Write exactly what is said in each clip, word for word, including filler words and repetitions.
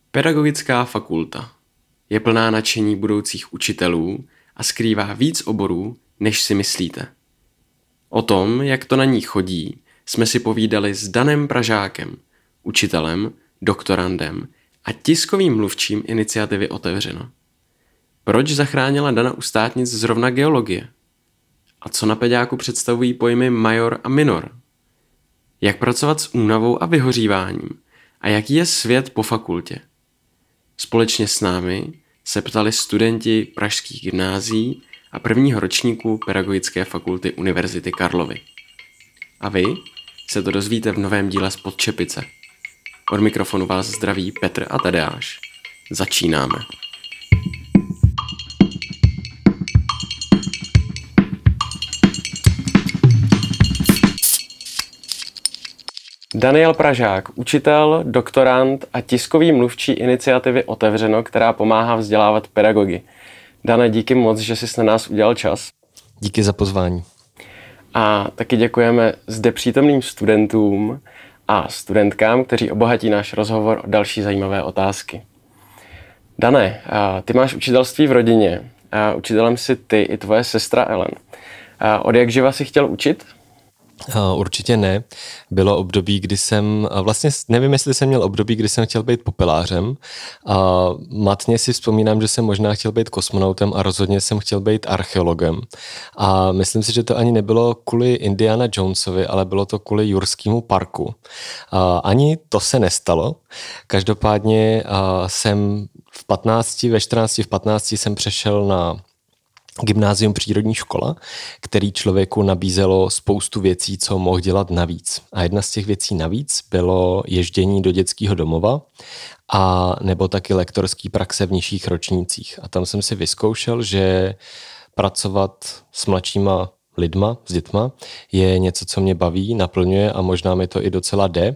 Pedagogická fakulta je plná nadšení budoucích učitelů a skrývá víc oborů, než si myslíte. O tom, jak to na ní chodí, jsme si povídali s Danem Pražákem, učitelem, doktorandem a tiskovým mluvčím iniciativy Otevřeno. Proč zachránila Dana u státnic zrovna geologie? A co na peďáku představují pojmy major a minor? Jak pracovat s únavou a vyhoříváním? A jaký je svět po fakultě? Společně s námi se ptali studenti pražských gymnázií a prvního ročníku Pedagogické fakulty Univerzity Karlovy. A vy se to dozvíte v novém díle z Podčepice. Od mikrofonu vás zdraví Petr a Tadeáš. Začínáme. Daniel Pražák, učitel, doktorand a tiskový mluvčí iniciativy Otevřeno, která pomáhá vzdělávat pedagogy. Dane, díky moc, že jsi na nás udělal čas. Díky za pozvání. A taky děkujeme zde přítomným studentům a studentkám, kteří obohatí náš rozhovor o další zajímavé otázky. Dane, ty máš učitelství v rodině. Učitelem jsi ty i tvoje sestra Ellen. Od jak živa jsi chtěl učit? Určitě ne. Bylo období, kdy jsem, vlastně nevím, jestli jsem měl období, kdy jsem chtěl být popelářem. A matně si vzpomínám, že jsem možná chtěl být kosmonautem a rozhodně jsem chtěl být archeologem. A myslím si, že to ani nebylo kvůli Indiana Jonesovi, ale bylo to kvůli Jurskému parku. A ani to se nestalo. Každopádně jsem v patnácti, ve čtrnácti, v patnácti jsem přešel na Gymnázium přírodní škola, který člověku nabízelo spoustu věcí, co mohl dělat navíc. A jedna z těch věcí navíc bylo ježdění do dětského domova a nebo taky lektorský praxe v nižších ročnících. A tam jsem si vyzkoušel, že pracovat s mladšíma lidma, s dětma, je něco, co mě baví, naplňuje a možná mi to i docela jde.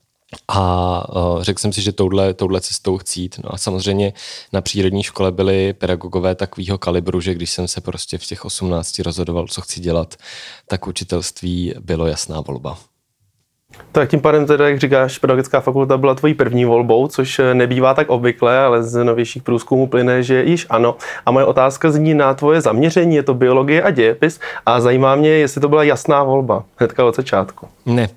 A uh, řekl jsem si, že touhle, touhle cestou chci jít. No a samozřejmě na přírodní škole byli pedagogové takového kalibru, že když jsem se prostě v těch osmnácti rozhodoval, co chci dělat, tak učitelství bylo jasná volba. Tak tím pádem teda, jak říkáš, pedagogická fakulta byla tvojí první volbou, což nebývá tak obvykle, ale z novějších průzkumů plyne, že již ano. A moje otázka zní na tvoje zaměření, je to biologie a dějepis a zajímá mě, jestli to byla jasná volba hnedka od začátku. Ne.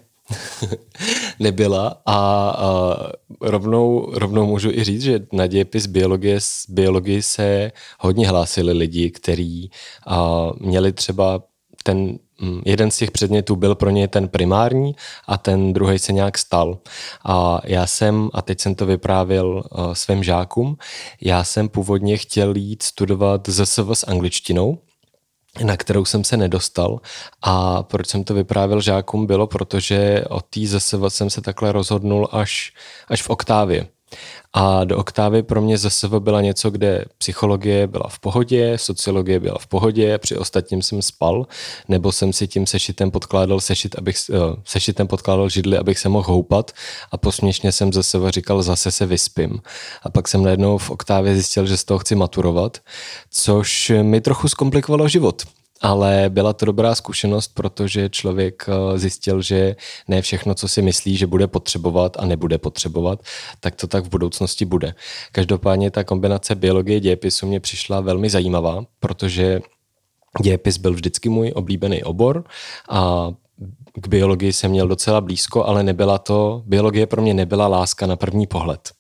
Nebyla a, a rovnou, rovnou můžu i říct, že na dějepis biologie, biologii se hodně hlásili lidi, kteří a, měli třeba ten jeden z těch předmětů byl pro ně ten primární a ten druhý se nějak stal. A já jsem, a teď jsem to vyprávěl a, svým žákům, já jsem původně chtěl jít studovat Z S V s angličtinou, na kterou jsem se nedostal. A proč jsem to vyprávěl žákům bylo, protože od té Z S V jsem se takhle rozhodnul až, až v oktávě. A do oktávy pro mě Z S V byla něco, kde psychologie byla v pohodě, sociologie byla v pohodě, při ostatním jsem spal, nebo jsem si tím sešitem podkládal sešit, abych, sešitem podkládal židli, abych se mohl houpat a posměšně jsem Z S V říkal, zase se vyspím. A pak jsem najednou v oktávě zjistil, že z toho chci maturovat, což mi trochu zkomplikovalo život. Ale byla to dobrá zkušenost, protože člověk zjistil, že ne všechno, co si myslí, že bude potřebovat a nebude potřebovat, tak to tak v budoucnosti bude. Každopádně ta kombinace biologie a dějepisu mě přišla velmi zajímavá, protože dějepis byl vždycky můj oblíbený obor a k biologii jsem měl docela blízko, ale nebyla to, biologie pro mě nebyla láska na první pohled.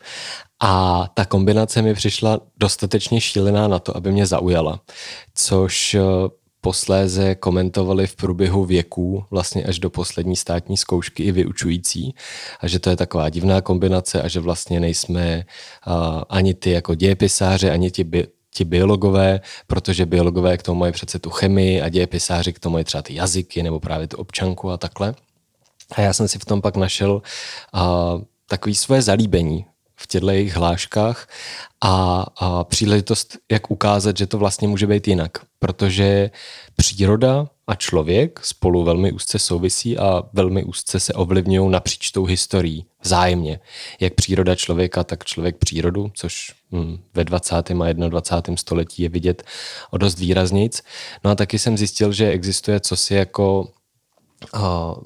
A ta kombinace mi přišla dostatečně šílená na to, aby mě zaujala, což posléze komentovali v průběhu věků, vlastně až do poslední státní zkoušky i vyučující, a že to je taková divná kombinace a že vlastně nejsme uh, ani ty jako dějepisáři, ani ti, bi- ti biologové, protože biologové k tomu mají přece tu chemii a dějepisáři k tomu mají třeba ty jazyky nebo právě tu občanku a takhle. A já jsem si v tom pak našel uh, takový svoje zalíbení v těchto jejich hláškách a, a příležitost, jak ukázat, že to vlastně může být jinak. Protože příroda a člověk spolu velmi úzce souvisí a velmi úzce se ovlivňují napříč tou historií vzájemně. Jak příroda člověka, tak člověk přírodu, což hm, ve dvacátém a dvacátém prvním století je vidět o dost výraznějc. No a taky jsem zjistil, že existuje cosi jako uh,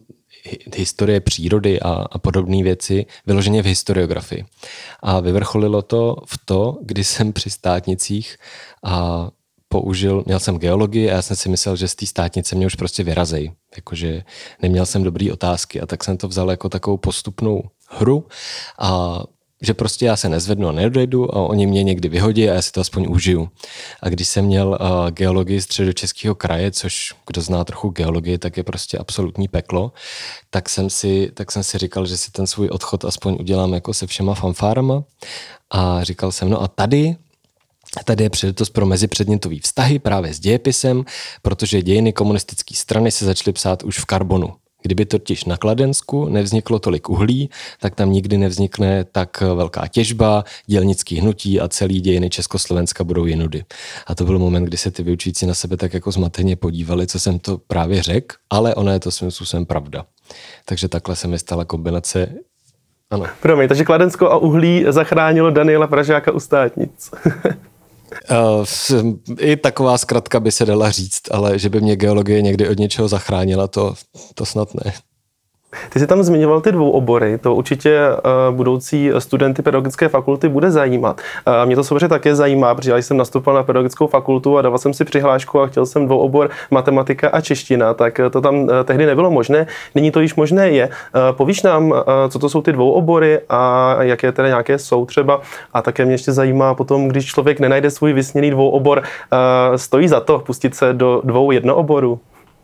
historie přírody a, a podobné věci vyloženě v historiografii. A vyvrcholilo to v to, kdy jsem při státnicích a použil, měl jsem geologii a já jsem si myslel, že z té státnice mě už prostě vyrazej. Jakože neměl jsem dobrý otázky a tak jsem to vzal jako takovou postupnou hru a že prostě já se nezvednu a neodejdu a oni mě někdy vyhodí a já si to aspoň užiju. A když jsem měl uh, geologii Středočeského kraje, což kdo zná trochu geologii, tak je prostě absolutní peklo, tak jsem si, tak jsem si říkal, že si ten svůj odchod aspoň udělám jako se všema fanfárama a říkal jsem, no a tady Tady je příležitost pro mezipředmětový vztahy právě s dějepisem, protože dějiny komunistické strany se začaly psát už v karbonu. Kdyby totiž na Kladensku nevzniklo tolik uhlí, tak tam nikdy nevznikne tak velká těžba, dělnický hnutí a celý dějiny Československa budou jinudy. A to byl moment, kdy se ty vyučící na sebe tak jako zmateně podívali, co jsem to právě řekl, ale ono je to svým způsobem pravda. Takže takhle se mi stala kombinace. Ano. Promiň, takže Kladensko a uhlí zachránilo Daniela Pražáka u státnic. Uh, I taková zkratka by se dala říct, ale že by mě geologie někdy od něčeho zachránila, to, to snad ne. Ty jsi tam zmiňoval ty dvou obory, to určitě uh, budoucí studenty pedagogické fakulty bude zajímat. Uh, mě to samozřejmě také zajímá, protože já jsem nastoupil na pedagogickou fakultu a dával jsem si přihlášku a chtěl jsem dvou obor matematika a čeština, tak to tam uh, tehdy nebylo možné. Nyní to již možné je. Uh, povíš nám, uh, co to jsou ty dvou obory a jaké tedy nějaké jsou třeba. A také mě ještě zajímá potom, když člověk nenajde svůj vysněný dvou obor, uh, stojí za to pustit se do dvou jednooborů?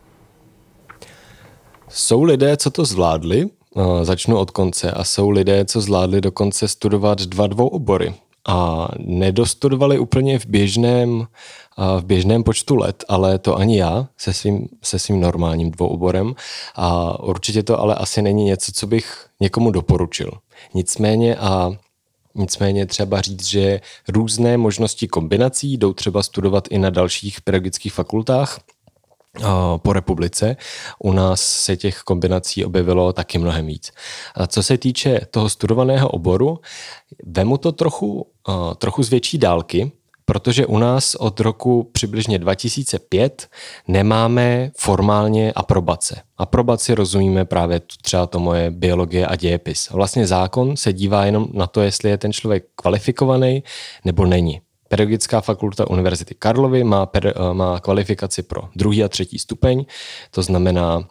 Jsou lidé, co to zvládli, začnu od konce, a jsou lidé, co zvládli dokonce studovat dva dvouobory a nedostudovali úplně v běžném, v běžném počtu let, ale to ani já se svým, se svým normálním dvouoborem a určitě to ale asi není něco, co bych někomu doporučil. Nicméně a Nicméně třeba říct, že různé možnosti kombinací jdou třeba studovat i na dalších pedagogických fakultách po republice. U nás se těch kombinací objevilo taky mnohem víc. A co se týče toho studovaného oboru, vemu to trochu, trochu z větší dálky, protože u nás od roku přibližně dva tisíce pět nemáme formálně aprobace. Aprobaci rozumíme právě třeba to moje biologie a dějepis. Vlastně zákon se dívá jenom na to, jestli je ten člověk kvalifikovaný nebo není. Pedagogická fakulta Univerzity Karlovy má, ped- má kvalifikaci pro druhý a třetí stupeň, to znamená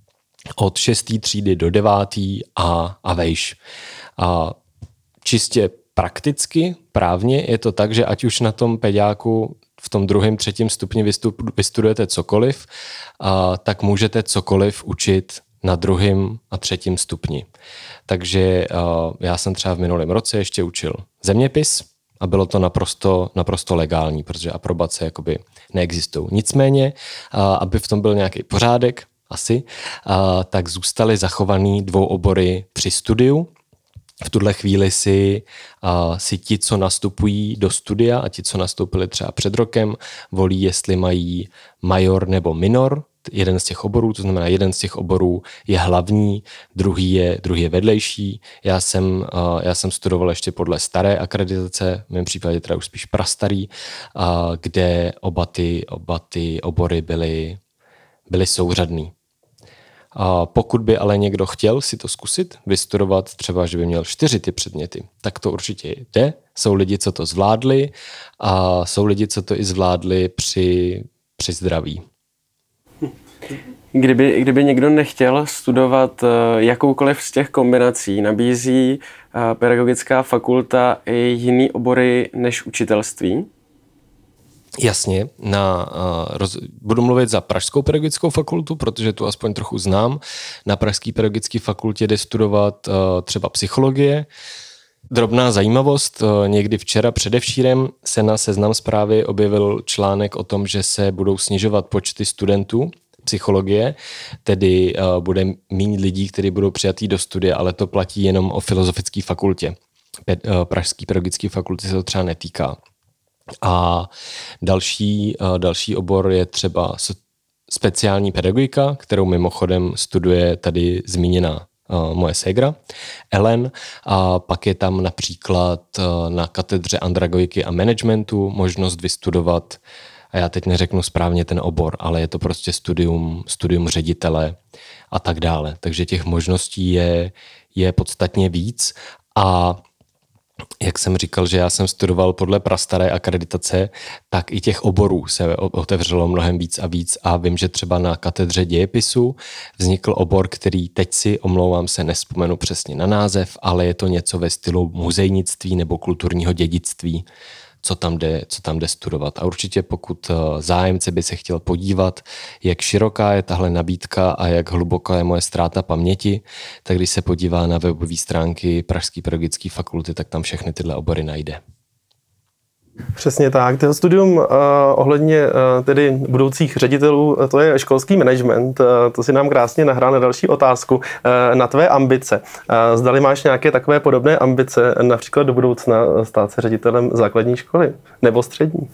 od šestý třídy do devátý a, a vejš. A čistě prakticky, právně je to tak, že ať už na tom peďáku v tom druhém, třetím stupni vystup, vystudujete cokoliv, a, tak můžete cokoliv učit na druhém a třetím stupni. Takže a, já jsem třeba v minulém roce ještě učil zeměpis, a bylo to naprosto, naprosto legální, protože aprobace jakoby neexistují. Nicméně, aby v tom byl nějaký pořádek, asi, tak zůstaly zachovaný dvou obory při studiu. V tuhle chvíli si, si ti, co nastupují do studia a ti, co nastoupili třeba před rokem, volí, jestli mají major nebo minor, jeden z těch oborů, to znamená jeden z těch oborů je hlavní, druhý je, druhý je vedlejší. Já jsem, já jsem studoval ještě podle staré akreditace, v mém případě teda už spíš prastarý, kde oba ty, oba ty obory byly, byly souřadný. A pokud by ale někdo chtěl si to zkusit, vystudovat třeba, že by měl čtyři ty předměty, tak to určitě jde. Jsou lidi, co to zvládli a jsou lidi, co to i zvládli při, při zdraví. Kdyby, kdyby někdo nechtěl studovat jakoukoliv z těch kombinací, nabízí pedagogická fakulta i jiný obory než učitelství? Jasně, na, roz, budu mluvit za Pražskou pedagogickou fakultu, protože tu aspoň trochu znám. Na Pražské pedagogické fakultě jde studovat třeba psychologie. Drobná zajímavost, někdy včera předevčírem se na Seznam Zprávy objevil článek o tom, že se budou snižovat počty studentů psychologie, tedy uh, bude méně lidí, kteří budou přijatí do studia, ale to platí jenom o filozofické fakultě. Pe- uh, Pražské pedagogické fakulty se to třeba netýká. A další, uh, další obor je třeba speciální pedagogika, kterou mimochodem studuje tady zmíněná uh, moje ségra, Ellen. A pak je tam například uh, na katedře andragogiky a managementu možnost vystudovat a já teď neřeknu správně ten obor, ale je to prostě studium, studium ředitele a tak dále. Takže těch možností je, je podstatně víc a jak jsem říkal, že já jsem studoval podle prastaré akreditace, tak i těch oborů se otevřelo mnohem víc a víc a vím, že třeba na katedře dějepisu vznikl obor, který teď si, omlouvám se, nespomenu přesně na název, ale je to něco ve stylu muzejnictví nebo kulturního dědictví, co tam jde, co tam jde studovat. A určitě pokud zájemce by se chtěl podívat, jak široká je tahle nabídka a jak hluboká je moje ztráta paměti, tak když se podívá na webové stránky Pražské pedagogické fakulty, tak tam všechny tyhle obory najde. Přesně tak. Toho studium uh, ohledně uh, tedy budoucích ředitelů, to je školský management. Uh, to si nám krásně nahrál na další otázku. Uh, na tvé ambice. Uh, zdali máš nějaké takové podobné ambice, například do budoucna stát se ředitelem základní školy nebo střední?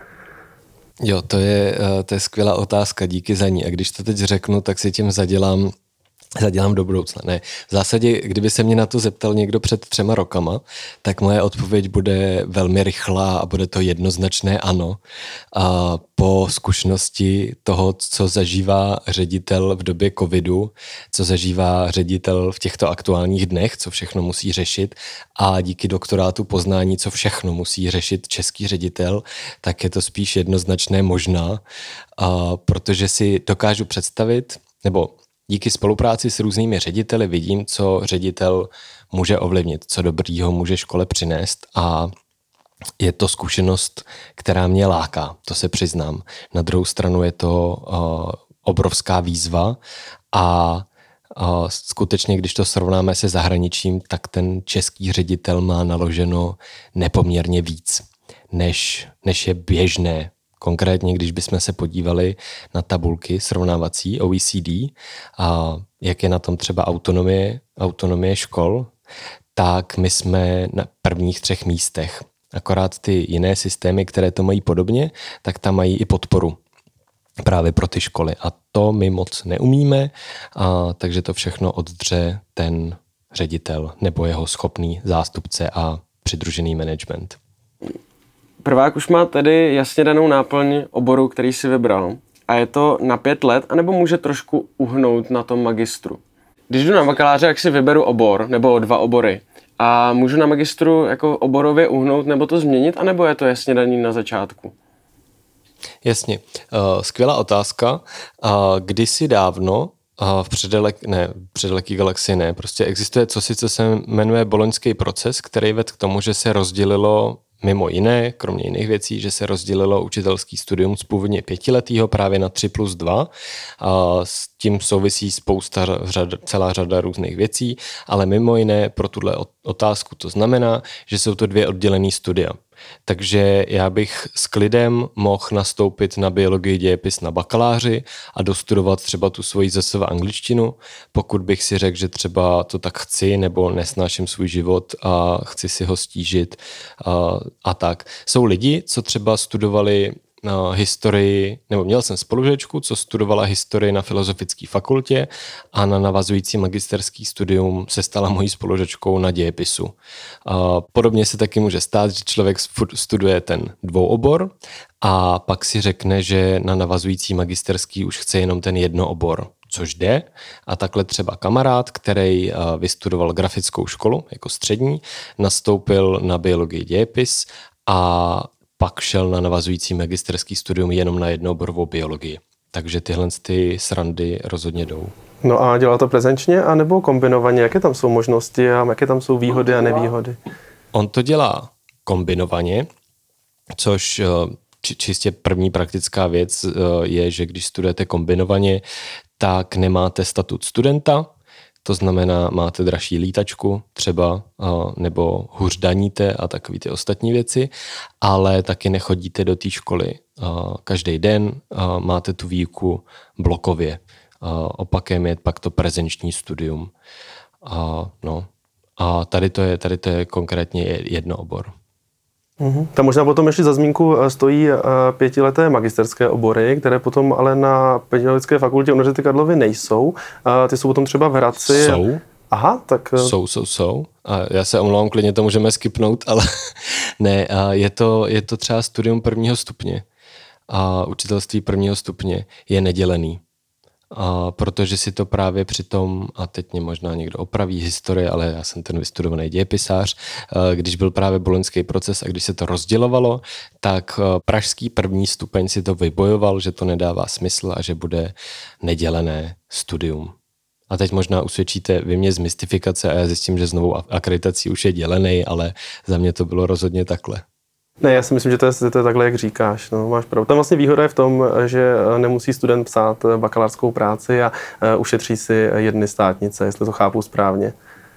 Jo, to je, uh, to je skvělá otázka, díky za ní. A když to teď řeknu, tak si tím zadělám Zadělám do budoucna. Ne. V zásadě, kdyby se mě na to zeptal někdo před třema rokama, tak moje odpověď bude velmi rychlá a bude to jednoznačné ano. A po zkušenosti toho, co zažívá ředitel v době covidu, co zažívá ředitel v těchto aktuálních dnech, co všechno musí řešit a díky doktorátu poznání, co všechno musí řešit český ředitel, tak je to spíš jednoznačné možná, a protože si dokážu představit, nebo díky spolupráci s různými řediteli vidím, co ředitel může ovlivnit, co dobrýho může škole přinést a je to zkušenost, která mě láká, to se přiznám. Na druhou stranu je to uh, obrovská výzva a uh, skutečně, když to srovnáme se zahraničím, tak ten český ředitel má naloženo nepoměrně víc, než, než je běžné. Konkrétně, když bychom se podívali na tabulky srovnávací O E C D a jak je na tom třeba autonomie, autonomie škol, tak my jsme na prvních třech místech. Akorát ty jiné systémy, které to mají podobně, tak tam mají i podporu právě pro ty školy. A to my moc neumíme, a takže to všechno oddře ten ředitel nebo jeho schopný zástupce a přidružený management. Prvák už má tedy jasně danou náplň oboru, který si vybral. A je to na pět let, anebo může trošku uhnout na tom magistru. Když jdu na bakaláře, jak si vyberu obor, nebo dva obory, a můžu na magistru jako oborově uhnout, nebo to změnit, anebo je to jasně daný na začátku? Jasně. Uh, skvělá otázka. Uh, kdysi dávno Uh, v předelek, ne, v předeleký galaxii ne, prostě existuje cosi, co se jmenuje boloňský proces, který vedl k tomu, že se rozdělilo mimo jiné, kromě jiných věcí, že se rozdělilo učitelský studium z původně pětiletýho právě na tři plus dva. A s tím souvisí spousta, řad, celá řada různých věcí, ale mimo jiné pro tuhle otázku to znamená, že jsou to dvě oddělené studia. Takže já bych s klidem mohl nastoupit na biologii dějepis na bakaláři a dostudovat třeba tu svoji Z S V angličtinu, pokud bych si řekl, že třeba to tak chci nebo nesnáším svůj život a chci si ho stížit a, a tak. Jsou lidi, co třeba studovali na historii, nebo měl jsem spolužečku, co studovala historii na Filozofické fakultě a na navazující magisterský studium se stala mojí spolužečkou na dějepisu. A podobně se taky může stát, že člověk studuje ten dvouobor a pak si řekne, že na navazující magisterský už chce jenom ten jednoobor, což jde. A takhle třeba kamarád, který vystudoval grafickou školu jako střední, nastoupil na biologii dějepis a pak šel na navazující magisterský studium jenom na jednooborovou biologii. Takže tyhle ty srandy rozhodně jdou. No a dělá to prezenčně anebo kombinovaně? Jaké tam jsou možnosti a jaké tam jsou výhody a nevýhody? On to dělá kombinovaně, což či, čistě první praktická věc je, že když studujete kombinovaně, tak nemáte statut studenta, to znamená, máte dražší lítačku třeba, nebo hůř daníte a takové ty ostatní věci, ale taky nechodíte do té školy každý den, máte tu výuku blokově. Opakem je pak to prezenční studium. A, no. a tady, to je, tady to je konkrétně jedno obor. Uhum. Tam možná potom ještě za zmínku stojí pětileté magisterské obory, které potom ale na Pedagogické fakultě Univerzity Karlovy nejsou. Ty jsou potom třeba v Hradci. Jsou. Aha, tak... Jsou, jsou, jsou. A já se omlouvám, klidně to můžeme skipnout, ale ne, je to, je to třeba studium prvního stupně. a učitelství prvního stupně je nedělený. A protože si to právě přitom, a teď mě možná někdo opraví historie, ale já jsem ten vystudovaný dějepisář, když byl právě boloňský proces a když se to rozdělovalo, tak pražský první stupeň si to vybojoval, že to nedává smysl a že bude nedělené studium. A teď možná usvědčíte vy mě z mystifikace a já zjistím, že s novou akreditací už je dělený, ale za mě to bylo rozhodně takhle. Ne, já si myslím, že to je, to je takhle, jak říkáš. No, máš pravdu. Tam vlastně výhoda je v tom, že nemusí student psát bakalářskou práci a ušetří si jedny státnice, jestli to chápu správně.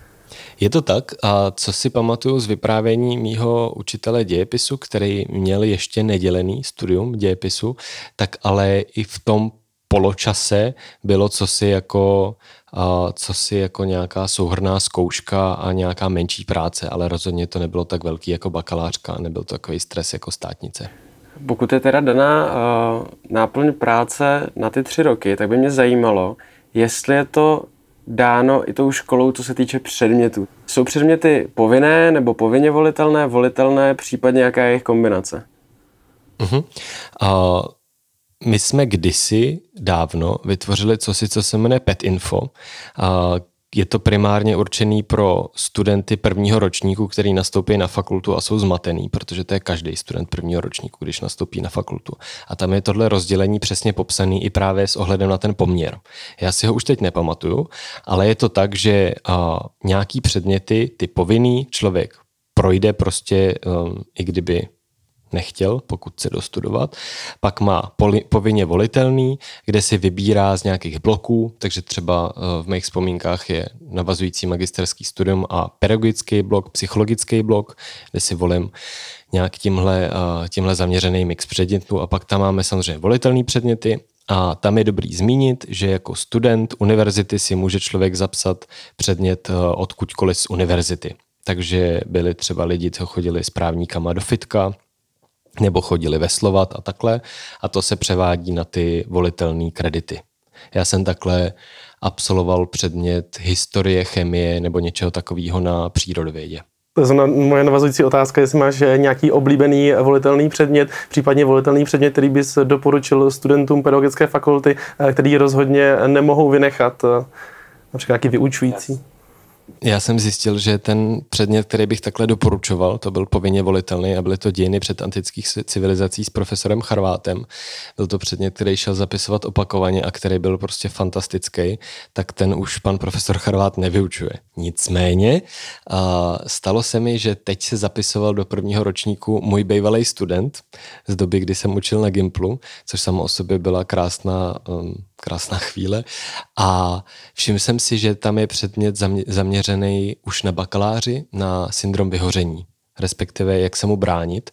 Je to tak a co si pamatuju z vyprávění mýho učitele dějepisu, který měl ještě nedělený studium dějepisu, tak ale i v tom poločase bylo cosi jako, uh, cosi jako nějaká souhrnná zkouška a nějaká menší práce, ale rozhodně to nebylo tak velký jako bakalářka, nebyl to takový stres jako státnice. Pokud je teda daná uh, náplň práce na ty tři roky, tak by mě zajímalo, jestli je to dáno i tou školou, co se týče předmětů. Jsou předměty povinné nebo povinně volitelné, volitelné, případně jaká je jejich kombinace? Uh-huh. Uh, My jsme kdysi dávno vytvořili cosi, co se jmenuje PetInfo. Je to primárně určený pro studenty prvního ročníku, který nastoupí na fakultu a jsou zmatený, protože to je každý student prvního ročníku, když nastoupí na fakultu. A tam je tohle rozdělení přesně popsaný i právě s ohledem na ten poměr. Já si ho už teď nepamatuju, ale je to tak, že nějaký předměty, ty povinný člověk projde prostě, i kdyby nechtěl, pokud chce dostudovat. Pak má poli, povinně volitelný, kde si vybírá z nějakých bloků, takže třeba v mých vzpomínkách je navazující magisterský studium a pedagogický blok, psychologický blok, kde si volím nějak tímhle, tímhle zaměřený mix předmětů a pak tam máme samozřejmě volitelný předměty a tam je dobrý zmínit, že jako student univerzity si může člověk zapsat předmět odkudkoliv z univerzity. Takže byli třeba lidi, co chodili s právníkama do fitka, nebo chodili veslovat a takhle a to se převádí na ty volitelné kredity. Já jsem takhle absolvoval předmět historie, chemie nebo něčeho takového na přírodovědě. To je moje navazující otázka, jestli máš nějaký oblíbený volitelný předmět, případně volitelný předmět, který bys doporučil studentům pedagogické fakulty, který rozhodně nemohou vynechat, například nějaký vyučující. Já jsem zjistil, že ten předmět, který bych takhle doporučoval, to byl povinně volitelný a byly to dějiny předantických civilizací s profesorem Charvátem. Byl to předmět, který šel zapisovat opakovaně a který byl prostě fantastický, tak ten už pan profesor Charvát nevyučuje. Nicméně a stalo se mi, že teď se zapisoval do prvního ročníku můj bývalý student z doby, kdy jsem učil na Gimplu, což samo o sobě byla krásná, um, krásná chvíle a všiml jsem si, že tam je předmět zaměřený už na bakaláři na syndrom vyhoření, respektive jak se mu bránit.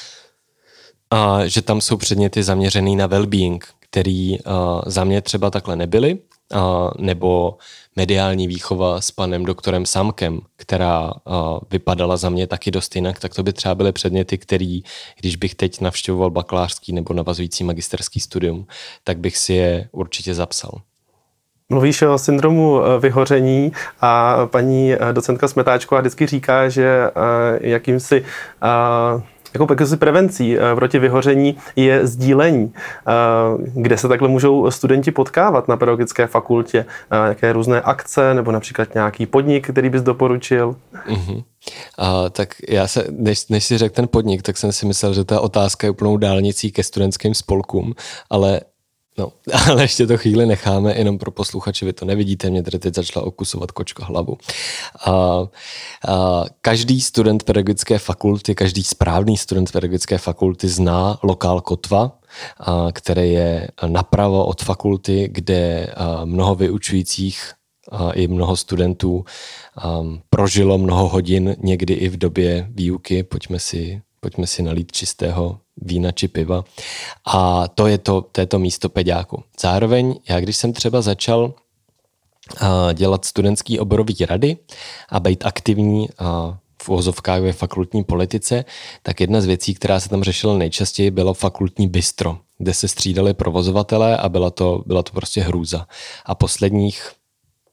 A že tam jsou předměty zaměřený na well-being, který uh, za mě třeba takhle nebyly, uh, nebo mediální výchova s panem doktorem Samkem, která uh, vypadala za mě taky dost jinak, tak to by třeba byly předměty, který, když bych teď navštěvoval bakalářský nebo navazující magisterský studium, tak bych si je určitě zapsal. Mluvíš o syndromu vyhoření a paní docentka Smetáčková vždycky říká, že jakýmsi jakou jakousi prevencí proti vyhoření je sdílení. Kde se takhle můžou studenti potkávat na pedagogické fakultě? Jaké různé akce nebo například nějaký podnik, který bys doporučil? Mm-hmm. A, tak já se, než, než si řekl ten podnik, tak jsem si myslel, že ta otázka je úplnou dálnicí ke studentským spolkům, ale No, ale ještě to chvíli necháme, jenom pro posluchače, vy to nevidíte, mě tady teď začala okusovat kočka hlavu. A, a každý student pedagogické fakulty, každý správný student pedagogické fakulty zná lokál Kotva, a, který je napravo od fakulty, kde a, mnoho vyučujících a i mnoho studentů a, prožilo mnoho hodin, někdy i v době výuky. Pojďme si, pojďme si nalít čistého vína či piva. A to je to, to, je to místo peďáku. Zároveň, já když jsem třeba začal uh, dělat studentský oborový rady a být aktivní uh, v uvozovkách ve fakultní politice, tak jedna z věcí, která se tam řešila nejčastěji, bylo fakultní bistro, kde se střídali provozovatelé a byla to, byla to prostě hrůza. A posledních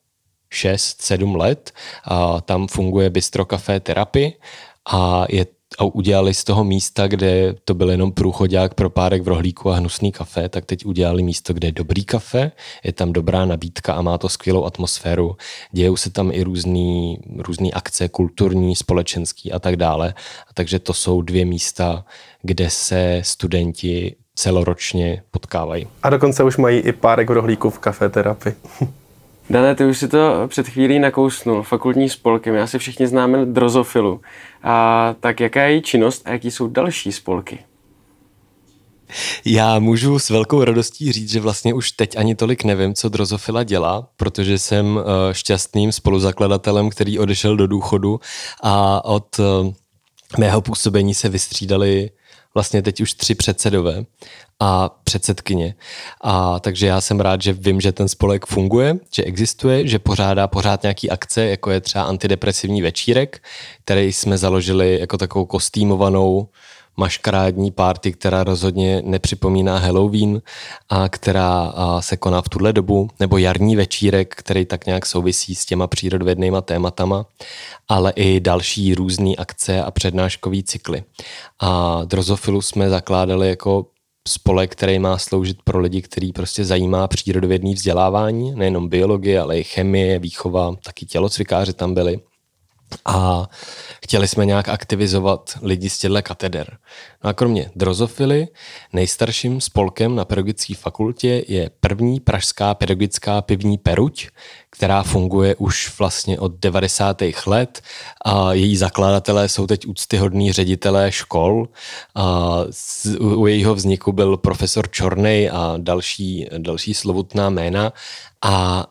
šest sedm let uh, tam funguje bistro café terapii a je a udělali z toho místa, kde to byl jenom průchodák pro párek v rohlíku a hnusný kafe, tak teď udělali místo, kde je dobrý kafe, je tam dobrá nabídka a má to skvělou atmosféru. Dějou se tam i různý, různý akce kulturní, společenský a tak dále. A takže to jsou dvě místa, kde se studenti celoročně potkávají. A dokonce už mají i párek v rohlíku v Café Terapii. Dané, ty už si to před chvílí nakousnul, fakultní spolky, my asi všichni známe Drozofilu. A tak jaká je její činnost a jaký jsou další spolky? Já můžu s velkou radostí říct, že vlastně už teď ani tolik nevím, co Drozofila dělá, protože jsem šťastným spoluzakladatelem, který odešel do důchodu a od mého působení se vystřídali vlastně teď už tři předsedové a předsedkyně. A takže já jsem rád, že vím, že ten spolek funguje, že existuje, že pořádá pořád nějaký akce, jako je třeba antidepresivní večírek, který jsme založili jako takovou kostýmovanou maškarádní party, která rozhodně nepřipomíná Halloween a která se koná v tuhle dobu, nebo jarní večírek, který tak nějak souvisí s těma přírodovědnýma tématama, ale i další různé akce a přednáškový cykly. A Drozofilu jsme zakládali jako spolek, který má sloužit pro lidi, který prostě zajímá přírodovědný vzdělávání, nejenom biologie, ale i chemie, výchova, taky tělocvikáři tam byli. A chtěli jsme nějak aktivizovat lidi z těchto kateder. No a kromě Drozofily, nejstarším spolkem na pedagogické fakultě je první pražská pedagogická pivní Peruť, která funguje už vlastně od devadesátých let. A její zakladatelé jsou teď úctyhodní ředitelé škol. A u jejího vzniku byl profesor Čornej a další, další slovutná jména. A,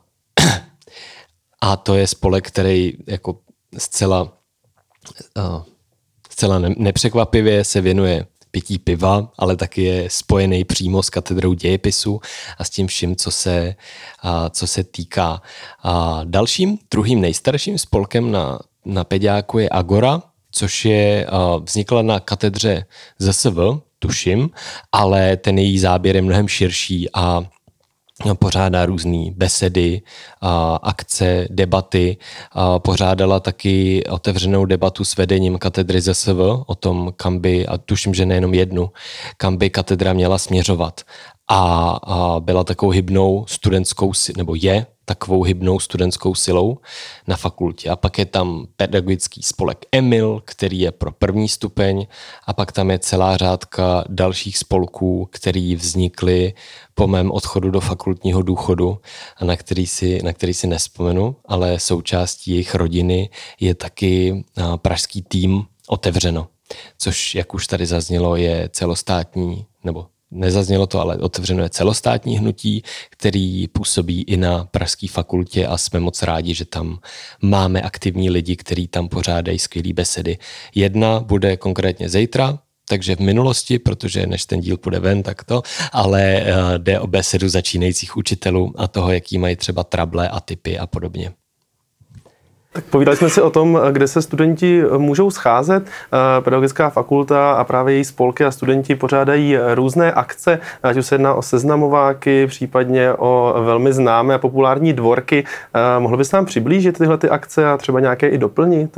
a to je spolek, který jako zcela, uh, zcela ne- nepřekvapivě se věnuje pití piva, ale taky je spojený přímo s katedrou dějepisu a s tím vším, co se, uh, co se týká. Uh, dalším, druhým nejstarším spolkem na, na Peďáku je Agora, což je, uh, vznikla na katedře Z S V, tuším, ale ten její záběr je mnohem širší a pořádá různé besedy, akce, debaty. Pořádala taky otevřenou debatu s vedením katedry Z S V o tom, kam by, a tuším, že nejenom jednu, kam by katedra měla směřovat. A, a byla takovou hybnou studentskou, nebo je takovou hybnou studentskou silou na fakultě. A pak je tam pedagogický spolek Emil, který je pro první stupeň, a pak tam je celá řádka dalších spolků, který vznikly po mém odchodu do fakultního důchodu a na který si, na který si nespomenu, ale součástí jejich rodiny je taky pražský tým Otevřeno, což, jak už tady zaznělo, je celostátní, nebo nezaznělo to, ale Otevřeno je celostátní hnutí, který působí i na pražské fakultě a jsme moc rádi, že tam máme aktivní lidi, kteří tam pořádají skvělý besedy. Jedna bude konkrétně zítra, takže v minulosti, protože než ten díl půjde ven, tak to, ale uh, jde o besedu začínajících učitelů a toho, jaký mají třeba trable a typy a podobně. Tak povídali jsme si o tom, kde se studenti můžou scházet. Pedagogická fakulta a právě její spolky a studenti pořádají různé akce, ať už se jedná o seznamováky, případně o velmi známé a populární dvorky. Mohl bys nám přiblížit tyhle ty akce a třeba nějaké i doplnit?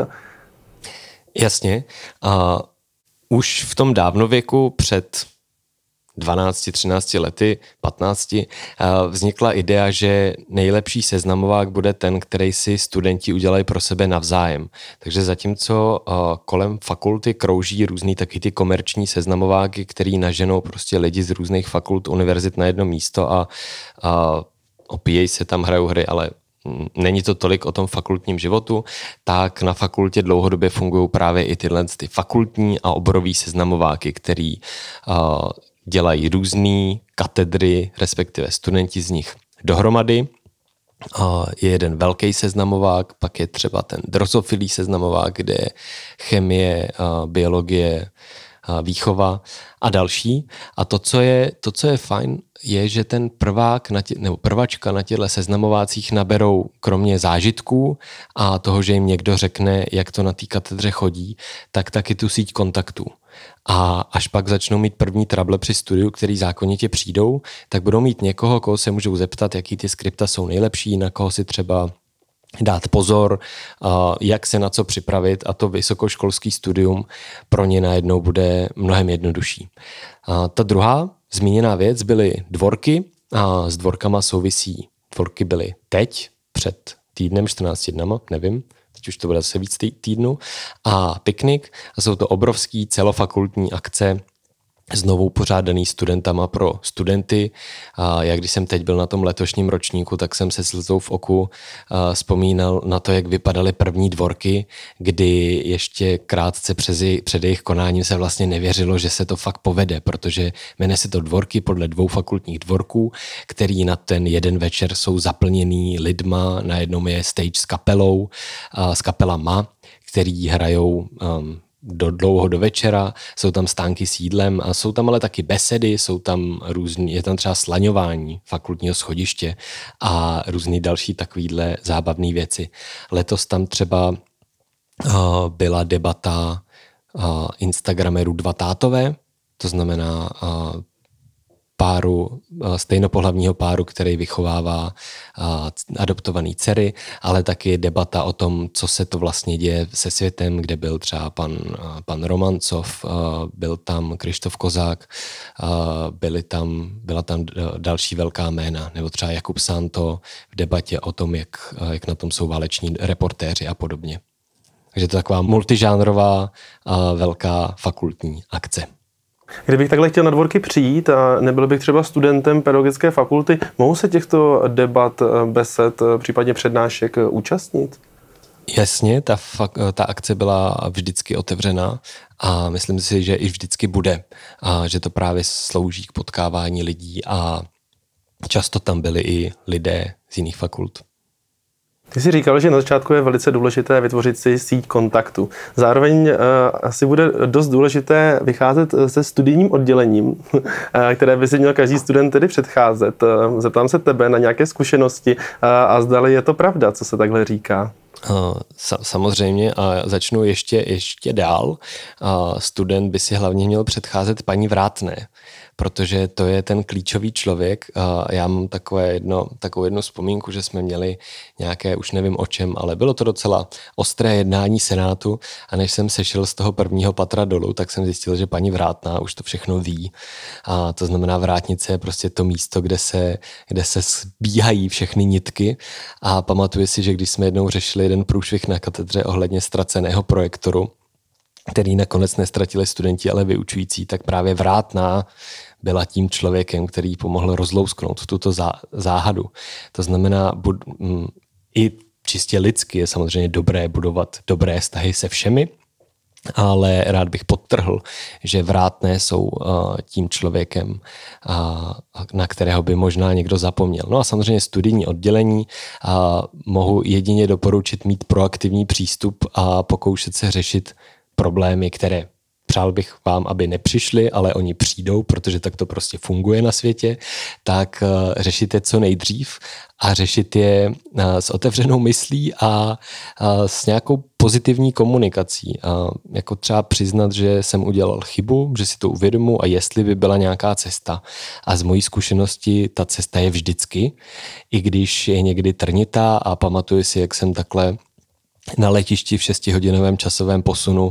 Jasně. A už v tom dávnověku před dvanácti, třinácti lety, patnácti, vznikla idea, že nejlepší seznamovák bude ten, který si studenti udělají pro sebe navzájem. Takže zatímco kolem fakulty krouží různý taky ty komerční seznamováky, který naženou prostě lidi z různých fakult, univerzit na jedno místo a, a opíjejí se tam, hrajou hry, ale není to tolik o tom fakultním životu, tak na fakultě dlouhodobě fungují právě i tyhle ty fakultní a oborový seznamováky, který uh, dělají různý katedry, respektive studenti z nich dohromady. Uh, je jeden velký seznamovák, pak je třeba ten drozofilý seznamovák, kde je chemie, uh, biologie, uh, výchova a další. A to, co je, to, co je fajn, je, že ten prvák na tě, nebo prvačka na těchto seznamovácích naberou kromě zážitků a toho, že jim někdo řekne, jak to na té katedře chodí, tak taky tu síť kontaktů. A až pak začnou mít první trable při studiu, který zákonitě přijdou, tak budou mít někoho, koho se můžou zeptat, jaký ty skripta jsou nejlepší, na koho si třeba dát pozor, jak se na co připravit a to vysokoškolský studium pro ně najednou bude mnohem jednodušší. A ta druhá zmíněná věc byly dvorky a s dvorkama souvisí. Dvorky byly teď, před týdnem, čtrnácti dnama, nevím, teď už to bude zase víc týdnu, a piknik a jsou to obrovský celofakultní akce znovu pořádaný studentama pro studenty. A já když jsem teď byl na tom letošním ročníku, tak jsem se slzou v oku vzpomínal na to, jak vypadaly první dvorky, kdy ještě krátce před, před jejich konáním se vlastně nevěřilo, že se to fakt povede, protože jmenuje se to dvorky podle dvou fakultních dvorků, který na ten jeden večer jsou zaplněný lidma, na jednom je stage s kapelou, s kapelama, který hrajou um, do dlouho do večera, jsou tam stánky s jídlem a jsou tam ale taky besedy, jsou tam různý, je tam třeba slaňování fakultního schodiště a různý další takovýhle zábavné věci. Letos tam třeba uh, byla debata uh, instagramerů Dva tátové, to znamená uh, páru, stejnopohlavního páru, který vychovává adoptovaný dcery, ale taky debata o tom, co se to vlastně děje se světem, kde byl třeba pan, pan Romancov, byl tam Krištof Kozák, byly tam, byla tam další velká jména, nebo třeba Jakub Santo v debatě o tom, jak, jak na tom jsou váleční reportéři a podobně. Takže to je taková multižánrová velká fakultní akce. Kdybych takhle chtěl na dvorky přijít a nebyl bych třeba studentem pedagogické fakulty, mohu se těchto debat, besed, případně přednášek účastnit? Jasně, ta, fak- ta akce byla vždycky otevřená a myslím si, že i vždycky bude. A že to právě slouží k potkávání lidí a často tam byli i lidé z jiných fakult. Ty jsi říkal, že na začátku je velice důležité vytvořit si síť kontaktu. Zároveň uh, asi bude dost důležité vycházet se studijním oddělením, uh, které by si měl každý student tedy předcházet. Uh, zeptám se tebe na nějaké zkušenosti uh, a zdali je to pravda, co se takhle říká. Samozřejmě a začnu ještě, ještě dál. Student by si hlavně měl předcházet paní Vrátné, protože to je ten klíčový člověk. Já mám takové jedno, takovou jednu vzpomínku, že jsme měli nějaké, už nevím o čem, ale bylo to docela ostré jednání senátu a než jsem sešel z toho prvního patra dolů, tak jsem zjistil, že paní Vrátná už to všechno ví. A to znamená, vrátnice je prostě to místo, kde se, kde se sbíhají všechny nitky a pamatuju si, že když jsme jednou řešili jeden průšvih na katedře ohledně ztraceného projektoru, který nakonec nestratili studenti, ale vyučující, tak právě Vrátná byla tím člověkem, který pomohl rozlousknout tuto záhadu. To znamená, bud, m, i čistě lidsky je samozřejmě dobré budovat dobré vztahy se všemi, ale rád bych podtrhl, že Vrátné jsou uh, tím člověkem, uh, na kterého by možná někdo zapomněl. No a samozřejmě studijní oddělení uh, mohu jedině doporučit mít proaktivní přístup a pokoušet se řešit problémy, které přál bych vám, aby nepřišli, ale oni přijdou, protože tak to prostě funguje na světě, tak uh, řešit je co nejdřív a řešit je uh, s otevřenou myslí a uh, s nějakou pozitivní komunikací. A jako třeba přiznat, že jsem udělal chybu, že si to uvědomuji a jestli by byla nějaká cesta. A z mojí zkušenosti ta cesta je vždycky, i když je někdy trnitá a pamatuju si, jak jsem takhle na letišti v šestihodinovém časovém posunu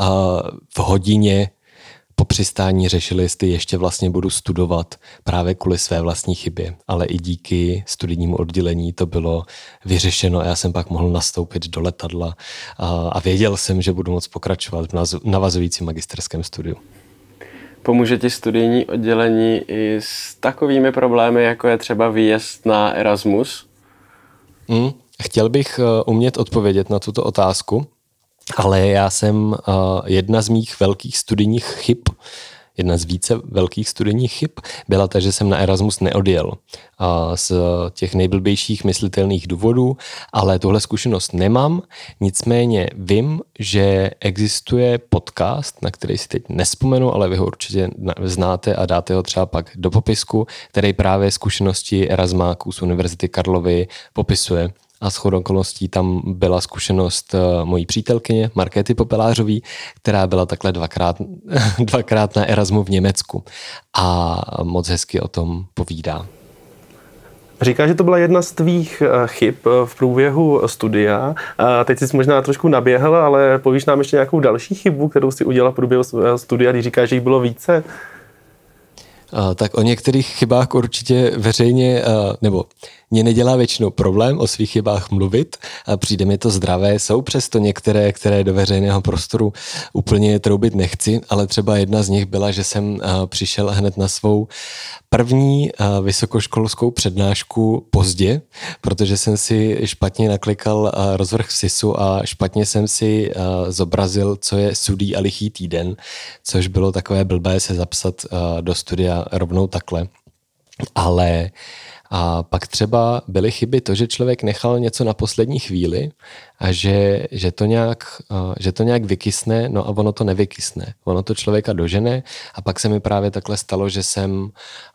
v hodině po přistání řešili, jestli ještě vlastně budu studovat právě kvůli své vlastní chybě. Ale i díky studijnímu oddělení to bylo vyřešeno a já jsem pak mohl nastoupit do letadla a věděl jsem, že budu moct pokračovat v navazujícím magisterském studiu. Pomůže ti studijní oddělení i s takovými problémy, jako je třeba výjezd na Erasmus? Hmm. Chtěl bych umět odpovědět na tuto otázku, ale já jsem jedna z mých velkých studijních chyb, jedna z více velkých studijních chyb byla ta, že jsem na Erasmus neodjel z těch nejblbějších myslitelných důvodů, ale tuhle zkušenost nemám. Nicméně vím, že existuje podcast, na který si teď nespomenu, ale vy ho určitě znáte a dáte ho třeba pak do popisku, který právě zkušenosti Erasmáků z Univerzity Karlovy popisuje. A shodou okolností tam byla zkušenost mojí přítelkyně Markéty Popelářový, která byla takhle dvakrát, dvakrát na Erasmu v Německu a moc hezky o tom povídá. Říkáš, že to byla jedna z tvých chyb v průběhu studia. Teď jsi možná trošku naběhl, ale povíš nám ještě nějakou další chybu, kterou jsi udělal v průběhu studia, když říkáš, že jich bylo více? Tak o některých chybách určitě veřejně, nebo mě nedělá většinou problém o svých chybách mluvit a přijde mi to zdravé. Jsou přesto některé, které do veřejného prostoru úplně troubit nechci, ale třeba jedna z nich byla, že jsem přišel hned na svou první vysokoškolskou přednášku pozdě, protože jsem si špatně naklikal rozvrh v sisu a špatně jsem si zobrazil, co je sudý a lichý týden, což bylo takové blbé se zapsat do studia rovnou takhle. Ale a pak třeba byly chyby to, že člověk nechal něco na poslední chvíli a že, že, to nějak, že to nějak vykysne, no a ono to nevykysne. Ono to člověka dožene a pak se mi právě takhle stalo, že jsem,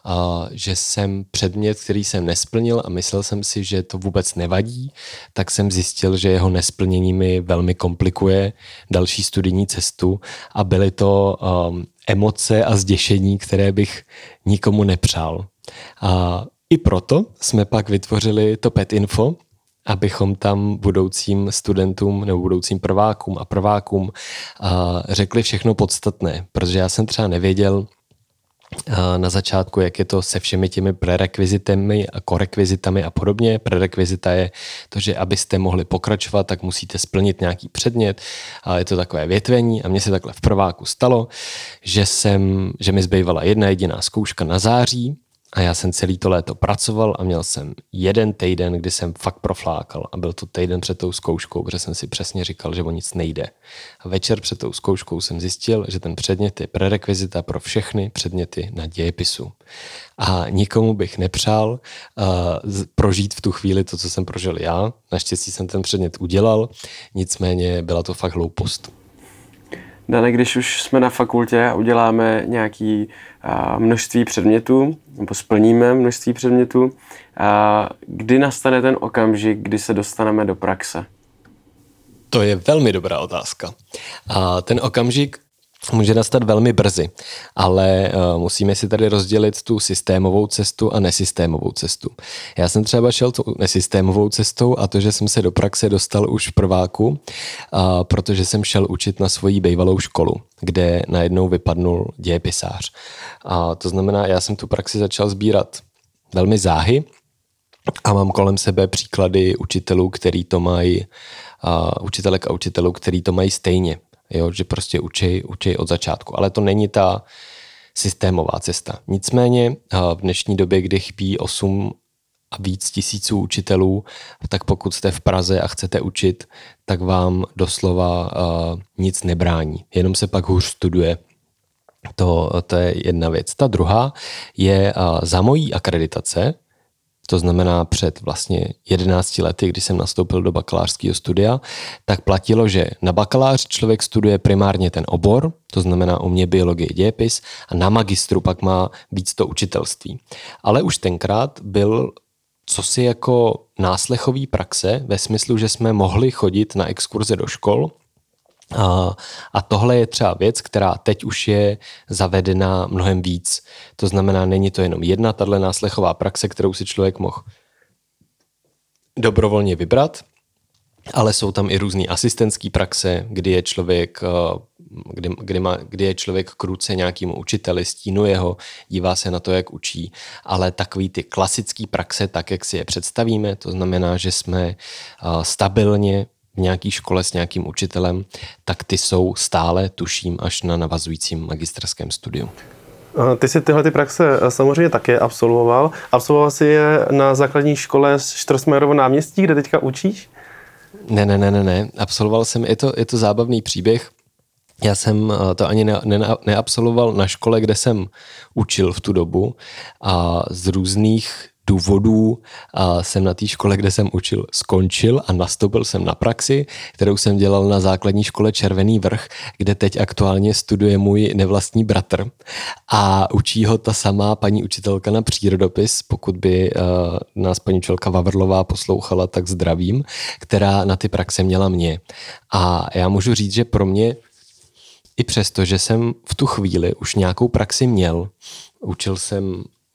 že jsem předmět, který jsem nesplnil a myslel jsem si, že to vůbec nevadí, tak jsem zjistil, že jeho nesplnění mi velmi komplikuje další studijní cestu a byly to um, emoce a zděšení, které bych nikomu nepřál. A i proto jsme pak vytvořili to PetInfo, abychom tam budoucím studentům nebo budoucím prvákům a prvákům řekli všechno podstatné, protože já jsem třeba nevěděl na začátku, jak je to se všemi těmi prerekvizitami a korekvizitami a podobně. Prerekvizita je to, že abyste mohli pokračovat, tak musíte splnit nějaký předmět a je to takové větvení a mně se takhle v prváku stalo, že, jsem, že mi zbývala jedna jediná zkouška na září. A já jsem celý to léto pracoval a měl jsem jeden týden, kdy jsem fakt proflákal a byl to týden před tou zkouškou, protože jsem si přesně říkal, že o nic nejde. A večer před tou zkouškou jsem zjistil, že ten předmět je prerekvizita pro všechny předměty na dějepisu. A nikomu bych nepřál uh, prožít v tu chvíli to, co jsem prožil já. Naštěstí jsem ten předmět udělal, nicméně byla to fakt hloupost. Dane, když už jsme na fakultě a uděláme nějaké množství předmětů, nebo splníme množství předmětů, a kdy nastane ten okamžik, kdy se dostaneme do praxe? To je velmi dobrá otázka. A ten okamžik může nastat velmi brzy, ale uh, musíme si tady rozdělit tu systémovou cestu a nesystémovou cestu. Já jsem třeba šel tou nesystémovou cestou a to, že jsem se do praxe dostal už v prváku, uh, protože jsem šel učit na svoji bývalou školu, kde najednou vypadnul dějepisář. A to znamená, já jsem tu praxi začal sbírat velmi záhy a mám kolem sebe příklady učitelů, který to mají, uh, učitelek a učitelů, který to mají stejně. Jo, že prostě učí, učí od začátku. Ale to není ta systémová cesta. Nicméně v dnešní době, kdy chybí osm a víc tisíců učitelů, tak pokud jste v Praze a chcete učit, tak vám doslova uh, nic nebrání. Jenom se pak hůř studuje. To, to je jedna věc. Ta druhá je uh, za mojí akreditace, to znamená před vlastně jedenácti lety, kdy jsem nastoupil do bakalářského studia, tak platilo, že na bakalář člověk studuje primárně ten obor, to znamená u mě biologie, dějepis, a na magistru pak má víc to učitelství. Ale už tenkrát byl cosi jako náslechový praxe ve smyslu, že jsme mohli chodit na exkurze do škol. A, a tohle je třeba věc, která teď už je zavedena mnohem víc. To znamená, není to jenom jedna tahle náslechová praxe, kterou si člověk mohl dobrovolně vybrat, ale jsou tam i různý asistentský praxe, kdy je člověk, kdy, kdy, má, kdy je člověk krůce nějakému učiteli, stínuje ho, dívá se na to, jak učí, ale takový ty klasický praxe, tak jak si je představíme, to znamená, že jsme stabilně v nějaké škole s nějakým učitelem, tak ty jsou stále, tuším, až na navazujícím magisterském studiu. Ty jsi tyhle ty praxe samozřejmě také absolvoval. Absolvoval jsi je na základní škole Štrosmajerovo náměstí, kde teďka učíš? Ne, ne, ne, ne, ne. Absolvoval jsem, je to, je to zábavný příběh. Já jsem to ani ne, ne, neabsolvoval na škole, kde jsem učil v tu dobu a z různých důvodů a jsem na té škole, kde jsem učil, skončil a nastoupil jsem na praxi, kterou jsem dělal na základní škole Červený vrch, kde teď aktuálně studuje můj nevlastní bratr a učí ho ta samá paní učitelka na přírodopis, pokud by uh, nás paní učitelka Vavrlová poslouchala, tak zdravím, která na ty praxe měla mě. A já můžu říct, že pro mě i přesto, že jsem v tu chvíli už nějakou praxi měl, učil jsem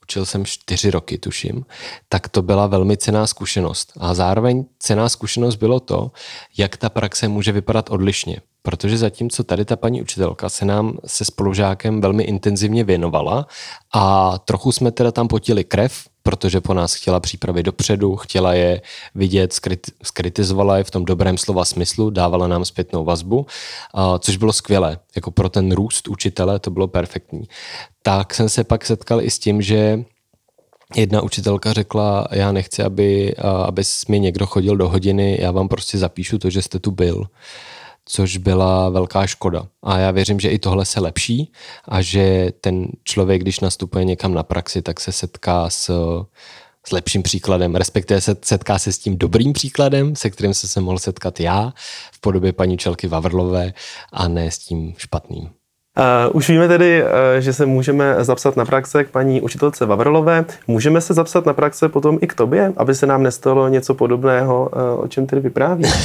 učil jsem čtyři roky, tuším, tak to byla velmi cenná zkušenost. A zároveň cenná zkušenost bylo to, jak ta praxe může vypadat odlišně. Protože zatímco tady ta paní učitelka se nám se spolužákem velmi intenzivně věnovala a trochu jsme teda tam potili krev, protože po nás chtěla přípravy dopředu, chtěla je vidět, skrit, skritizovala je v tom dobrém slova smyslu, dávala nám zpětnou vazbu, což bylo skvělé. Jako pro ten růst učitele to bylo perfektní. Tak jsem se pak setkal i s tím, že jedna učitelka řekla, já nechci, aby, aby mi někdo chodil do hodiny, já vám prostě zapíšu to, že jste tu byl. Což byla velká škoda. A já věřím, že i tohle se lepší a že ten člověk, když nastupuje někam na praxi, tak se setká s, s lepším příkladem, respektive se setká se s tím dobrým příkladem, se kterým jsem se mohl setkat já v podobě paní učitelky Vavrlové a ne s tím špatným. Uh, už víme tedy, uh, že se můžeme zapsat na praxe k paní učitelce Vavrlové. Můžeme se zapsat na praxe potom i k tobě, aby se nám nestalo něco podobného, uh, o čem tedy vyprávíš?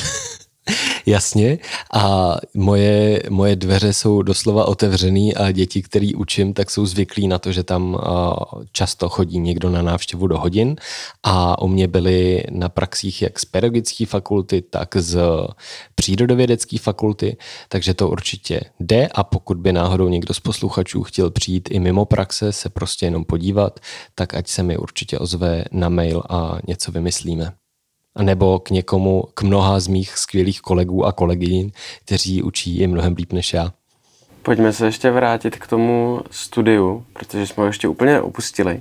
Jasně, a moje, moje dveře jsou doslova otevřený a děti, který učím, tak jsou zvyklí na to, že tam často chodí někdo na návštěvu do hodin a u mě byli na praxích jak z pedagogické fakulty, tak z přírodovědecké fakulty, takže to určitě jde a pokud by náhodou někdo z posluchačů chtěl přijít i mimo praxe se prostě jenom podívat, tak ať se mi určitě ozve na mail a něco vymyslíme. A nebo k někomu, k mnoha z mých skvělých kolegů a kolegyň, kteří učí i mnohem líp než já. Pojďme se ještě vrátit k tomu studiu, protože jsme ho ještě úplně opustili.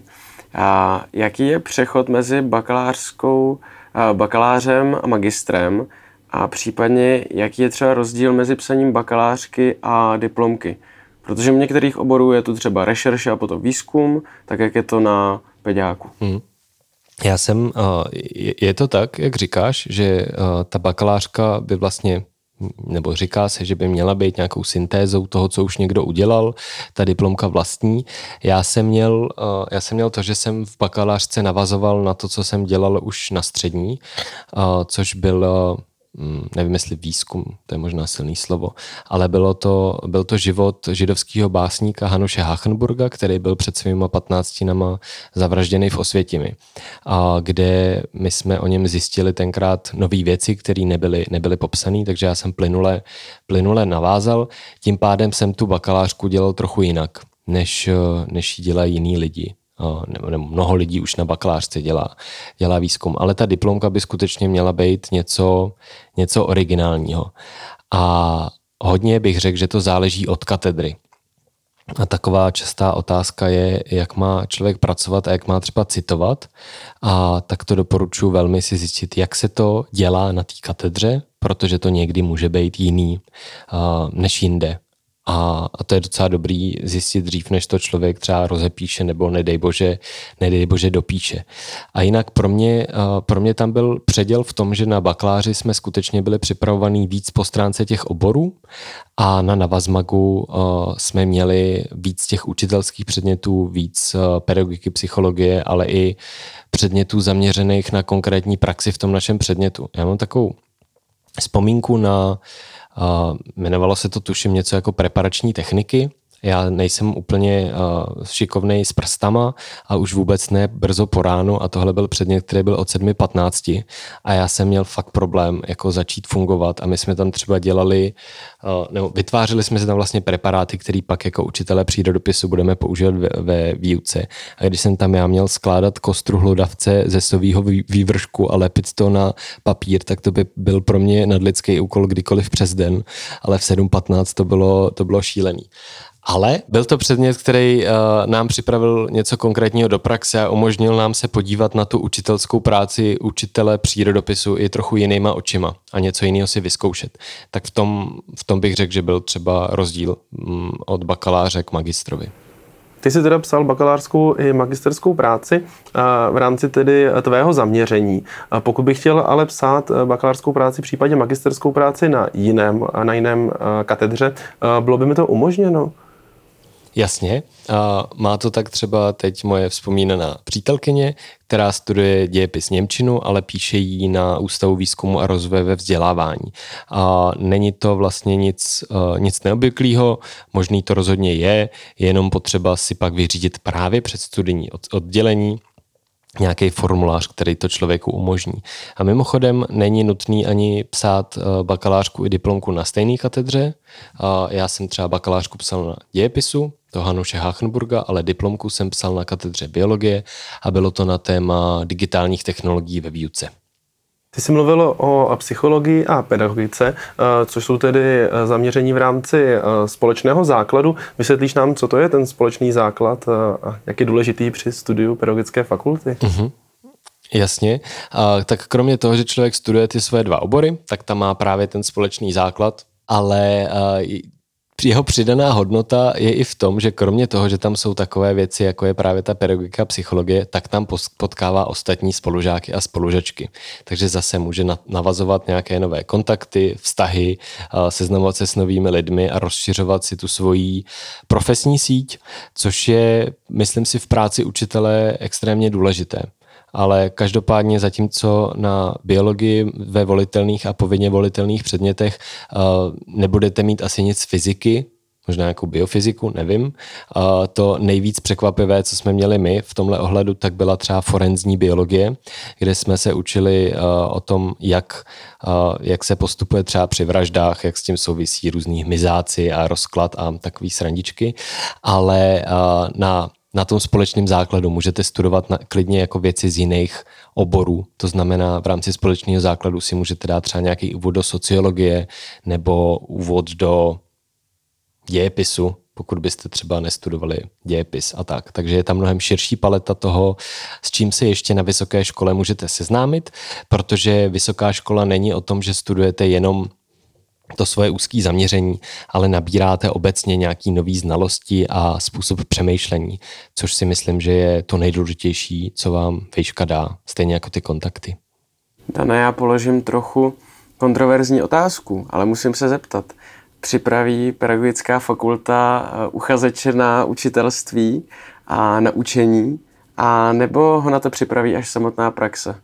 A jaký je přechod mezi bakalářskou, bakalářem a magistrem a případně jaký je třeba rozdíl mezi psaním bakalářky a diplomky? Protože u některých oborů je tu třeba rešerše a potom výzkum, tak jak je to na pediáku. Hmm. Já jsem, je to tak, jak říkáš, že ta bakalářka by vlastně, nebo říká se, že by měla být nějakou syntézou toho, co už někdo udělal, ta diplomka vlastní. Já jsem měl, já jsem měl to, že jsem v bakalářce navazoval na to, co jsem dělal už na střední, což bylo, nevím, jestli výzkum, to je možná silný slovo, ale bylo to, byl to život židovského básníka Hanuše Hachenburga, který byl před svýma patnáctinama zavražděný v Osvětimi, a kde my jsme o něm zjistili tenkrát nové věci, které nebyly, nebyly popsané, takže já jsem plynule, plynule navázal, tím pádem jsem tu bakalářku dělal trochu jinak, než, než ji dělají jiní lidi. Nebo, nebo mnoho lidí už na bakalářce dělá, dělá výzkum, ale ta diplomka by skutečně měla být něco, něco originálního. A hodně bych řekl, že to záleží od katedry. A taková častá otázka je, jak má člověk pracovat a jak má třeba citovat. A tak to doporučuji velmi si zjistit, jak se to dělá na té katedře, protože to někdy může být jiný uh, než jinde. A, a to je docela dobrý zjistit dřív, než to člověk třeba rozepíše nebo nedej bože, nedej bože dopíše. A jinak pro mě, pro mě tam byl předěl v tom, že na bakaláři jsme skutečně byli připravovaní víc po stránce těch oborů a na Navazmagu jsme měli víc těch učitelských předmětů, víc pedagogiky, psychologie, ale i předmětů zaměřených na konkrétní praxi v tom našem předmětu. Já mám takovou vzpomínku na Uh, jmenovalo se to tuším něco jako preparační techniky. Já nejsem úplně uh, šikovnej s prstama a už vůbec ne brzo po ránu a tohle byl předmět, který byl od sedmi patnácti a já jsem měl fakt problém jako začít fungovat a my jsme tam třeba dělali, uh, nebo vytvářeli jsme si tam vlastně preparáty, který pak jako učitelé přírodopisu budeme používat ve, ve výuce. A když jsem tam já měl skládat kostru hlodavce ze sovýho vývršku a lepit to na papír, tak to by byl pro mě nadlidský úkol kdykoliv přes den, ale v sedm patnáct to bylo, to bylo šílený. Ale byl to předmět, který uh, nám připravil něco konkrétního do praxe a umožnil nám se podívat na tu učitelskou práci učitele přírodopisu i trochu jinýma očima a něco jiného si vyzkoušet. Tak v tom, v tom bych řekl, že byl třeba rozdíl um, od bakaláře k magistrovi. Ty jsi teda psal bakalářskou i magisterskou práci v rámci tedy tvého zaměření. Pokud bych chtěl ale psát bakalářskou práci, případně magisterskou práci na jiném, na jiném katedře, bylo by mi to umožněno? Jasně. A má to tak třeba teď moje vzpomínaná přítelkyně, která studuje dějepis němčinu, ale píše ji na Ústavu výzkumu a rozvoje ve vzdělávání. A není to vlastně nic, nic neobvyklého, možný to rozhodně je, je jenom potřeba si pak vyřídit právě před studijní oddělení nějaký formulář, který to člověku umožní. A mimochodem není nutný ani psát bakalářku i diplomku na stejné katedře. Já jsem třeba bakalářku psal na dějepisu, do Hanuše Hachenburga, ale diplomku jsem psal na katedře biologie a bylo to na téma digitálních technologií ve výuce. Ty jsi mluvil o psychologii a pedagogice, což jsou tedy zaměření v rámci společného základu. Vysvětlíš nám, co to je ten společný základ a jak je důležitý při studiu pedagogické fakulty? Mm-hmm. Jasně. A tak kromě toho, že člověk studuje ty svoje dva obory, tak tam má právě ten společný základ, ale jeho přidaná hodnota je i v tom, že kromě toho, že tam jsou takové věci, jako je právě ta pedagogika a psychologie, tak tam potkává ostatní spolužáky a spolužačky. Takže zase může navazovat nějaké nové kontakty, vztahy, seznamovat se s novými lidmi a rozšiřovat si tu svoji profesní síť, což je, myslím si, v práci učitele extrémně důležité. Ale každopádně zatímco na biologii ve volitelných a povinně volitelných předmětech uh, nebudete mít asi nic fyziky, možná nějakou biofyziku, nevím. Uh, to nejvíc překvapivé, co jsme měli my v tomhle ohledu, tak byla třeba forenzní biologie, kde jsme se učili uh, o tom, jak, uh, jak se postupuje třeba při vraždách, jak s tím souvisí různý hmyzáci a rozklad a takový srandičky. Ale uh, na Na tom společném základu můžete studovat na, klidně jako věci z jiných oborů. To znamená, v rámci společného základu si můžete dát třeba nějaký úvod do sociologie nebo úvod do dějepisu, pokud byste třeba nestudovali dějepis a tak. Takže je tam mnohem širší paleta toho, s čím se ještě na vysoké škole můžete seznámit, protože vysoká škola není o tom, že studujete jenom to svoje úzké zaměření, ale nabíráte obecně nějaký nový znalosti a způsob přemýšlení, což si myslím, že je to nejdůležitější, co vám výška dá, stejně jako ty kontakty. Dana, já položím trochu kontroverzní otázku, ale musím se zeptat. Připraví pedagogická fakulta uchazeče na učitelství a na učení, a nebo ho na to připraví až samotná praxe?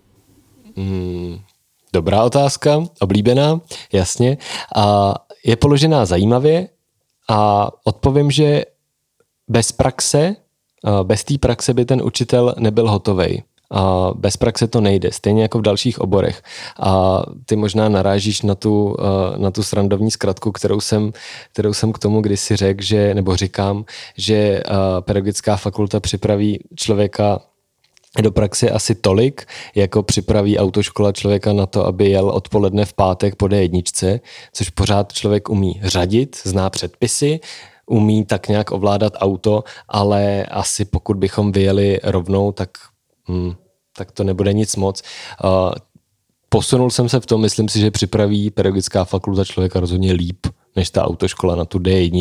Hmm. Dobrá otázka, oblíbená, jasně. A je položená zajímavě a odpovím, že bez praxe, bez té praxe by ten učitel nebyl hotovej. A bez praxe to nejde, stejně jako v dalších oborech. A ty možná narážíš na tu, na tu srandovní zkratku, kterou jsem, kterou jsem k tomu kdysi řekl, že, nebo říkám, že pedagogická fakulta připraví člověka do praxe asi tolik, jako připraví autoškola člověka na to, aby jel odpoledne v pátek po dé jedničce, což pořád člověk umí řadit, zná předpisy, umí tak nějak ovládat auto, ale asi pokud bychom vyjeli rovnou, tak, hm, tak to nebude nic moc. Uh, posunul jsem se v tom, myslím si, že připraví pedagogická fakulta člověka rozhodně líp než ta autoškola na tu dé jedna,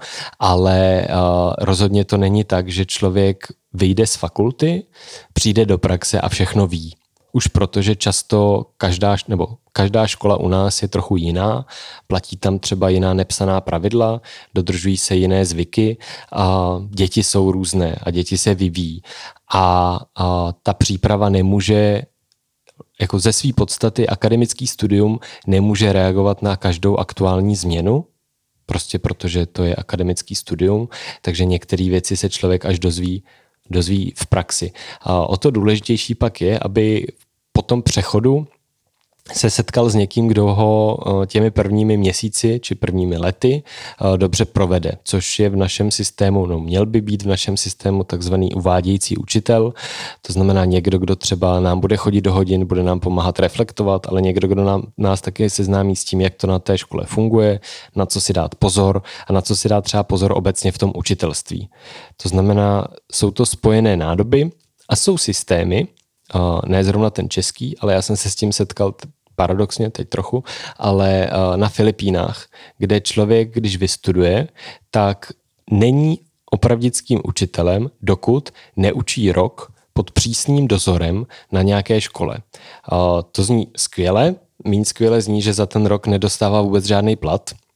ale uh, rozhodně to není tak, že člověk vyjde z fakulty, přijde do praxe a všechno ví. Už protože často každá, nebo každá škola u nás je trochu jiná, platí tam třeba jiná nepsaná pravidla, dodržují se jiné zvyky a děti jsou různé a děti se vyvíjí. A, a ta příprava nemůže, jako ze své podstaty akademický studium nemůže reagovat na každou aktuální změnu, prostě protože to je akademický studium, takže některé věci se člověk až dozví dozví v praxi. A o to důležitější pak je, aby po tom přechodu se setkal s někým, kdo ho těmi prvními měsíci či prvními lety dobře provede, což je v našem systému, no měl by být v našem systému takzvaný uvádějící učitel, to znamená někdo, kdo třeba nám bude chodit do hodin, bude nám pomáhat reflektovat, ale někdo, kdo nám, nás taky seznámí s tím, jak to na té škole funguje, na co si dát pozor a na co si dát třeba pozor obecně v tom učitelství. To znamená, jsou to spojené nádoby a jsou systémy, ne zrovna ten český, ale já jsem se s tím setkal paradoxně teď trochu, ale na Filipínách, kde člověk, když vystuduje, tak není opravdickým učitelem, dokud neučí rok pod přísným dozorem na nějaké škole. To zní skvěle, míň skvěle zní, že za ten rok nedostává vůbec žádný plat,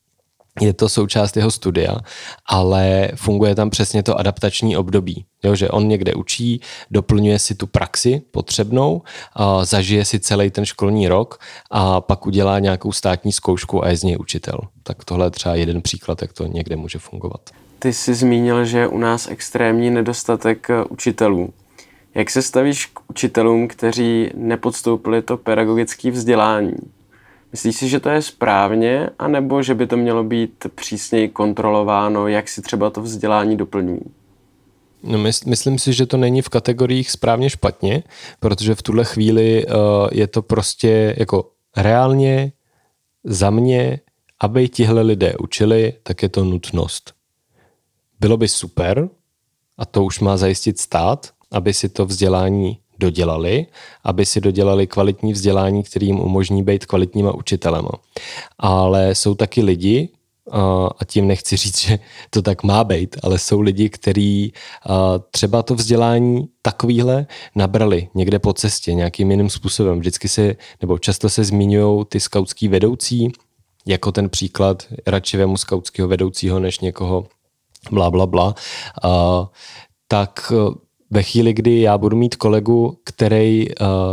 je to součást jeho studia, ale funguje tam přesně to adaptační období. Jo, že on někde učí, doplňuje si tu praxi potřebnou, a zažije si celý ten školní rok a pak udělá nějakou státní zkoušku a je z něj učitel. Tak tohle je třeba jeden příklad, jak to někde může fungovat. Ty jsi zmínil, že je u nás extrémní nedostatek učitelů. Jak se stavíš k učitelům, kteří nepodstoupili to pedagogické vzdělání? Myslíš si, že to je správně, anebo že by to mělo být přísněji kontrolováno, jak si třeba to vzdělání doplňují? No, mys- myslím si, že to není v kategoriích správně špatně, protože v tuhle chvíli uh, je to prostě jako reálně za mě, aby tihle lidé učili, tak je to nutnost. Bylo by super, a to už má zajistit stát, aby si to vzdělání dodělali, aby si dodělali kvalitní vzdělání, který jim umožní být kvalitníma učitelema. Ale jsou taky lidi, a tím nechci říct, že to tak má být, ale jsou lidi, kteří třeba to vzdělání takovýhle nabrali někde po cestě, nějakým jiným způsobem. Vždycky se, nebo často se zmiňují ty skautský vedoucí, jako ten příklad, radši vemu skautského vedoucího, než někoho bla, bla, bla. A, tak ve chvíli, kdy já budu mít kolegu, který,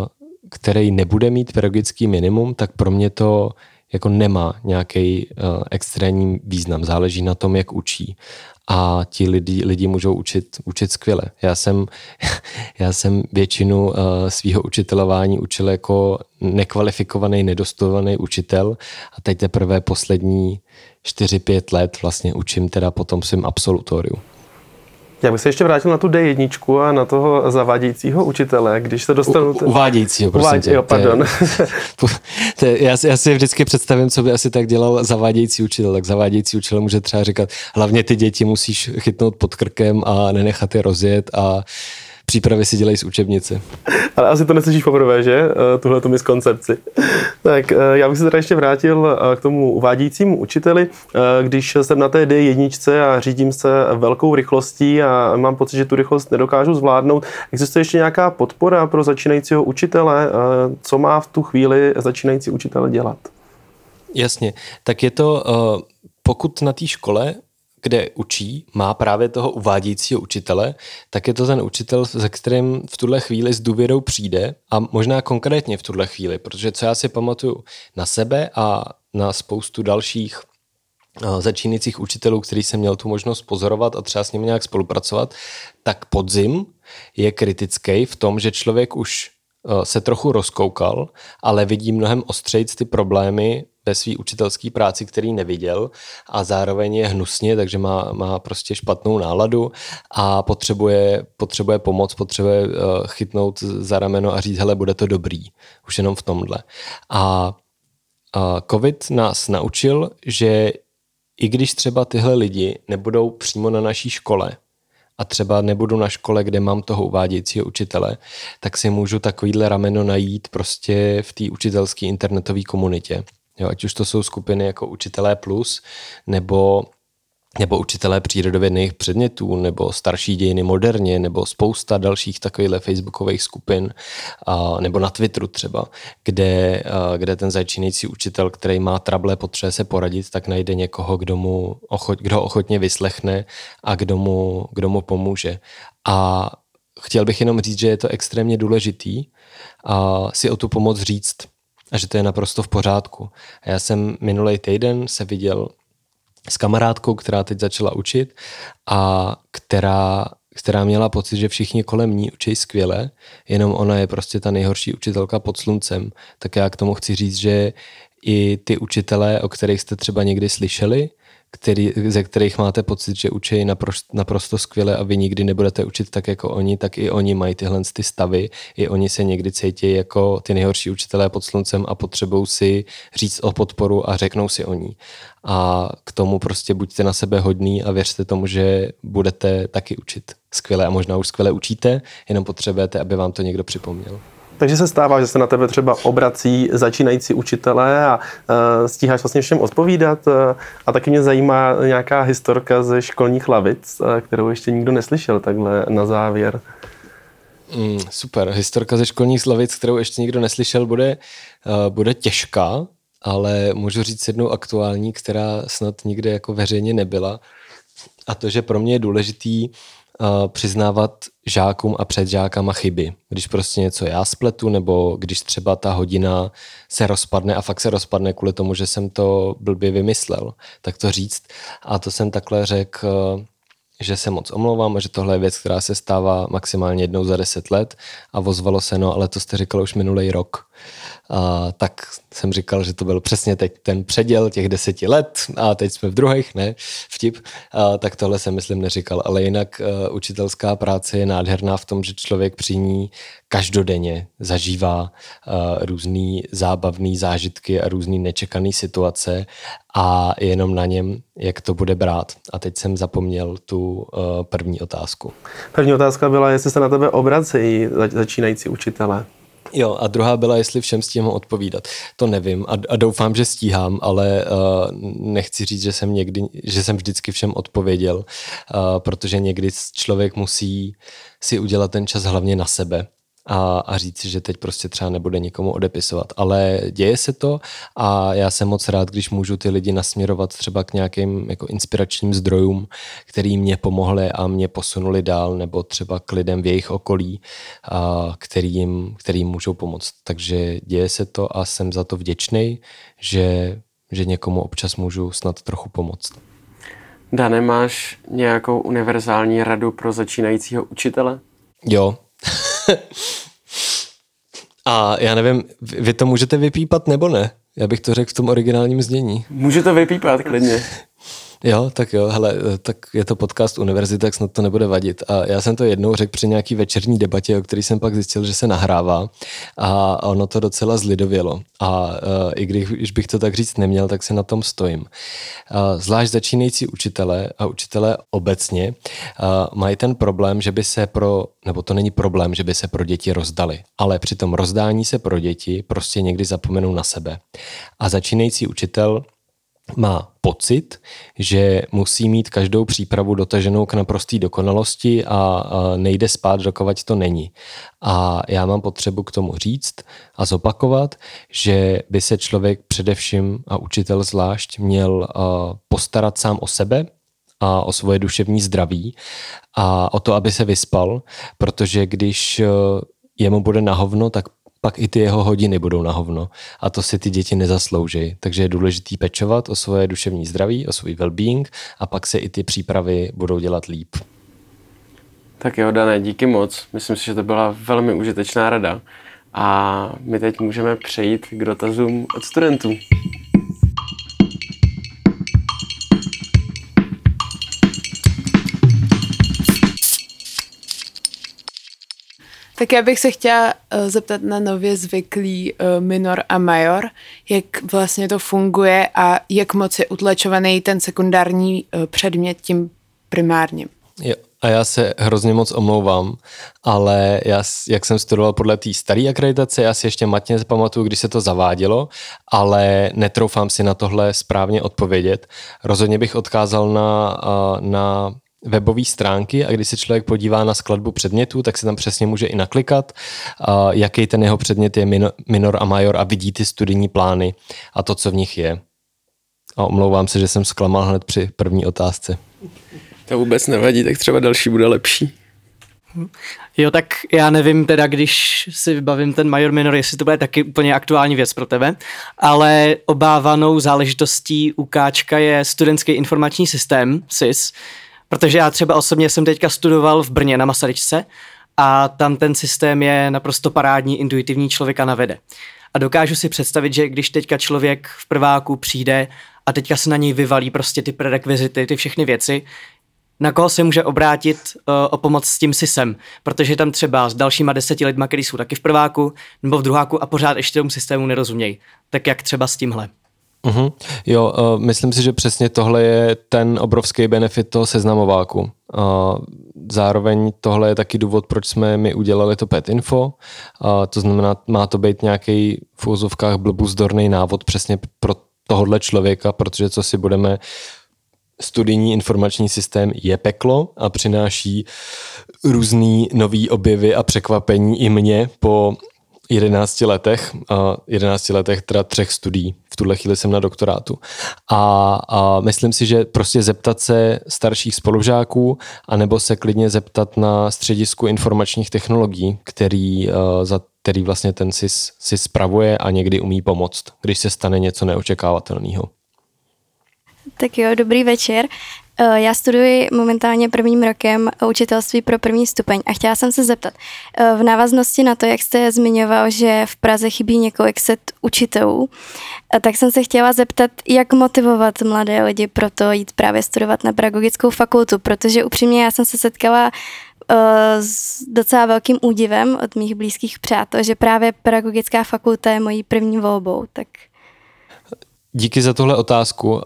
který nebude mít pedagogický minimum, tak pro mě to jako nemá nějaký uh, extrémní význam. Záleží na tom, jak učí. A ti lidi, lidi můžou učit, učit skvěle. Já jsem, já jsem většinu uh, svého učitelování učil jako nekvalifikovaný, nedostudovaný učitel a teď teprve poslední čtyři pět let vlastně učím teda po tom svým absolutoriu. Já bych se ještě vrátil na tu D jedna a na toho zavádějícího učitele, když se dostanu... U, uvádějícího, prosím Uvádě, tě. Jo, pardon. To je, já, si, já si vždycky představím, co by asi tak dělal zavádějící učitel. Tak zavádějící učitel může třeba říkat, hlavně ty děti musíš chytnout pod krkem a nenechat je rozjet a přípravy si dělají z učebnice. Ale asi to neslyšíš poprvé, že? Tuhle tu miskoncepci. Tak já bych se teda ještě vrátil k tomu uvádějícímu učiteli. Když jsem na té D jedna a řídím se velkou rychlostí a mám pocit, že tu rychlost nedokážu zvládnout, existuje ještě nějaká podpora pro začínajícího učitele? Co má v tu chvíli začínající učitel dělat? Jasně. Tak je to, pokud na té škole, kde učí, má právě toho uvádějícího učitele, tak je to ten učitel, se kterým v tuhle chvíli s důvěrou přijde a možná konkrétně v tuhle chvíli, protože co já si pamatuju na sebe a na spoustu dalších začínajících učitelů, který jsem měl tu možnost pozorovat a třeba s nimi nějak spolupracovat, tak podzim je kritický v tom, že člověk už se trochu rozkoukal, ale vidí mnohem ostřejc ty problémy ve své učitelské práci, který neviděl a zároveň je hnusně, takže má, má prostě špatnou náladu a potřebuje, potřebuje pomoc, potřebuje uh, chytnout za rameno a říct, hele, bude to dobrý. Už jenom v tomhle. A uh, covid nás naučil, že i když třeba tyhle lidi nebudou přímo na naší škole, a třeba nebudu na škole, kde mám toho uvádějícího učitele, tak si můžu takovýhle rameno najít prostě v té učitelské internetové komunitě. Jo, ať už to jsou skupiny jako Učitelé plus, nebo, nebo Učitelé přírodovědných předmětů, nebo Starší dějiny moderně, nebo spousta dalších takovýchhle facebookových skupin, a, nebo na Twitteru třeba, kde, a, kde ten začínající učitel, který má trable, potřebuje se poradit, tak najde někoho, kdo, mu ochot, kdo ho ochotně vyslechne a kdo mu, kdo mu pomůže. A chtěl bych jenom říct, že je to extrémně důležitý a si o tu pomoc říct, a že to je naprosto v pořádku. A já jsem minulý týden se viděl s kamarádkou, která teď začala učit a která, která měla pocit, že všichni kolem ní učí skvěle, jenom ona je prostě ta nejhorší učitelka pod sluncem. Tak já k tomu chci říct, že i ty učitelé, o kterých jste třeba někdy slyšeli, který, ze kterých máte pocit, že učí naprosto, naprosto skvěle a vy nikdy nebudete učit tak jako oni, tak i oni mají tyhle ty stavy, i oni se někdy cítí jako ty nejhorší učitelé pod sluncem a potřebují si říct o podporu a řeknou si o ní. A k tomu prostě buďte na sebe hodný a věřte tomu, že budete taky učit skvěle a možná už skvěle učíte, jenom potřebujete, aby vám to někdo připomněl. Takže se stává, že se na tebe třeba obrací začínající učitelé a uh, stíháš vlastně všem odpovídat. Uh, a taky mě zajímá nějaká historka ze školních lavic, uh, kterou ještě nikdo neslyšel takhle na závěr. Mm, super. Historka ze školních lavic, kterou ještě nikdo neslyšel, bude, uh, bude těžká, ale můžu říct jednu aktuální, která snad nikde jako veřejně nebyla. A to, že pro mě je důležitý uh, přiznávat žákům a před žákama chyby. Když prostě něco já spletu, nebo když třeba ta hodina se rozpadne a fakt se rozpadne kvůli tomu, že jsem to blbě vymyslel, tak to říct. A to jsem takhle řekl, uh, že se moc omlouvám a že tohle je věc, která se stává maximálně jednou za deset let a ozvalo se, no ale to jste říkal už minulý rok. A tak jsem říkal, že to byl přesně teď ten předěl těch deseti let a teď jsme v druhých, ne, vtip. A tak tohle jsem myslím neříkal, ale jinak uh, učitelská práce je nádherná v tom, že člověk při ní každodenně zažívá uh, různý zábavný zážitky a různý nečekaný situace a je jenom na něm, jak to bude brát. A teď jsem zapomněl tu uh, první otázku. První otázka byla, jestli se na tebe obracejí začínající učitelé. Jo, a druhá byla, jestli všem stíhám odpovídat. To nevím a, a doufám, že stíhám, ale uh, nechci říct, že jsem někdy, že jsem vždycky všem odpověděl, uh, protože někdy člověk musí si udělat ten čas hlavně na sebe a, a říct si, že teď prostě třeba nebude nikomu odepisovat. Ale děje se to a já jsem moc rád, když můžu ty lidi nasměrovat třeba k nějakým jako inspiračním zdrojům, který mě pomohly a mě posunuli dál, nebo třeba k lidem v jejich okolí, a kterým, kterým můžou pomoct. Takže děje se to a jsem za to vděčný, že, že někomu občas můžu snad trochu pomoct. Dane, máš nějakou univerzální radu pro začínajícího učitele? Jo. A já nevím, vy to můžete vypípat nebo ne? Já bych to řekl v tom originálním znění. Můžu to vypípat, klidně. Jo, tak jo, hele, tak je to podcast univerzity, tak snad to nebude vadit. A já jsem to jednou řekl při nějaký večerní debatě, o který jsem pak zjistil, že se nahrává a ono to docela zlidovělo. A uh, i když bych to tak říct neměl, tak se na tom stojím. Uh, zvlášť začínající učitelé a učitelé obecně uh, mají ten problém, že by se pro, nebo to není problém, že by se pro děti rozdali, ale při tom rozdání se pro děti prostě někdy zapomenou na sebe. A začínající učitel má pocit, že musí mít každou přípravu dotaženou k naprosté dokonalosti a, a nejde spát, dokovat to není. A já mám potřebu k tomu říct a zopakovat, že by se člověk především a učitel zvlášť měl postarat sám o sebe a o svoje duševní zdraví a o to, aby se vyspal, protože když jemu bude na hovno, tak pak i ty jeho hodiny budou na hovno a to si ty děti nezaslouží. Takže je důležitý pečovat o svoje duševní zdraví, o svůj well-being a pak se i ty přípravy budou dělat líp. Tak jo, Dané, díky moc. Myslím si, že to byla velmi užitečná rada a my teď můžeme přejít k dotazům od studentů. Tak já bych se chtěla uh, zeptat na nově zvyklý uh, minor a major, jak vlastně to funguje a jak moc je utlačovaný ten sekundární uh, předmět tím primárním. Jo, a já se hrozně moc omlouvám, ale já, jak jsem studoval podle té staré akreditace, já si ještě matně pamatuju, když se to zavádělo, ale netroufám si na tohle správně odpovědět. Rozhodně bych odkázal na, na webové stránky a když se člověk podívá na skladbu předmětů, tak se tam přesně může i naklikat, uh, jaký ten jeho předmět je minor, minor a major a vidí ty studijní plány a to, co v nich je. A omlouvám se, že jsem zklamal hned při první otázce. To vůbec nevadí, tak třeba další bude lepší. Jo, tak já nevím teda, když si vybavím ten major minor, jestli to bude taky úplně aktuální věc pro tebe, ale obávanou záležitostí UKčka je studentský informační systém S I S, protože já třeba osobně jsem teďka studoval v Brně na Masaryčce a tam ten systém je naprosto parádní, intuitivní, člověka navede. A dokážu si představit, že když teďka člověk v prváku přijde a teďka se na něj vyvalí prostě ty prerekvizity, ty všechny věci, na koho se může obrátit uh, o pomoc s tím SISem, protože tam třeba s dalšíma deseti lidma, kteří jsou taky v prváku nebo v druháku a pořád ještě tomu systému nerozumějí. Tak jak třeba s tímhle? Uhum. Jo, uh, myslím si, že přesně tohle je ten obrovský benefit toho seznamováku. Uh, zároveň tohle je taky důvod, proč jsme my udělali to PetInfo. Uh, to znamená, má to být nějaký v úzovkách blbuzdorný návod přesně pro tohohle člověka, protože co si budeme, studijní informační systém je peklo a přináší různý nový objevy a překvapení i mně po jedenácti letech, jedenácti letech teda třech studií. V tuhle chvíli jsem na doktorátu. A, a myslím si, že prostě zeptat se starších spolužáků, anebo se klidně zeptat na středisku informačních technologií, který, za který vlastně ten S I S si spravuje a někdy umí pomoct, když se stane něco neočekávatelného. Tak jo, dobrý večer. Já studuji momentálně prvním rokem učitelství pro první stupeň a chtěla jsem se zeptat, v návaznosti na to, jak jste zmiňoval, že v Praze chybí několik set učitelů, tak jsem se chtěla zeptat, jak motivovat mladé lidi pro to jít právě studovat na pedagogickou fakultu, protože upřímně já jsem se setkala s docela velkým údivem od mých blízkých přátel, že právě pedagogická fakulta je mojí první volbou. Tak... Díky za tuhle otázku.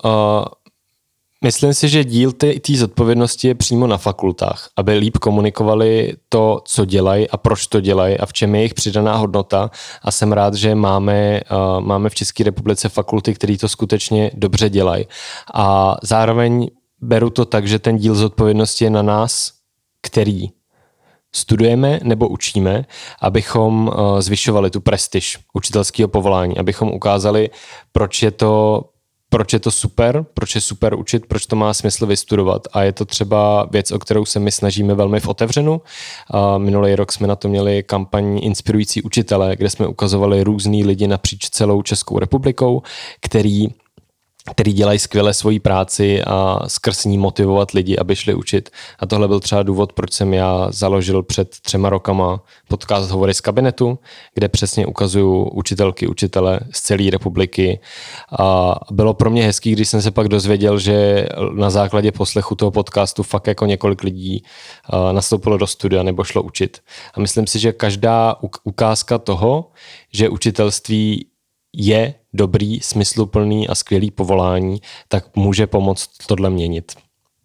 Myslím si, že díl té zodpovědnosti je přímo na fakultách, aby líp komunikovali to, co dělají a proč to dělají a v čem je jejich přidaná hodnota. A jsem rád, že máme, uh, máme v České republice fakulty, které to skutečně dobře dělají. A zároveň beru to tak, že ten díl zodpovědnosti je na nás, který studujeme nebo učíme, abychom uh, zvyšovali tu prestiž učitelského povolání, abychom ukázali, proč je to proč je to super, proč je super učit, proč to má smysl vystudovat. A je to třeba věc, o kterou se my snažíme velmi v otevřenu. Minulý rok jsme na to měli kampaň Inspirující učitele, kde jsme ukazovali různý lidi napříč celou Českou republikou, který který dělají skvěle svoji práci a skrz ní motivovat lidi, aby šli učit. A tohle byl třeba důvod, proč jsem já založil před třema rokama podcast Hovory z kabinetu, kde přesně ukazuju učitelky, učitele z celé republiky. A bylo pro mě hezký, když jsem se pak dozvěděl, že na základě poslechu toho podcastu fakt jako několik lidí nastoupilo do studia nebo šlo učit. A myslím si, že každá ukázka toho, že učitelství je dobrý, smysluplný a skvělý povolání, tak může pomoct tohle měnit.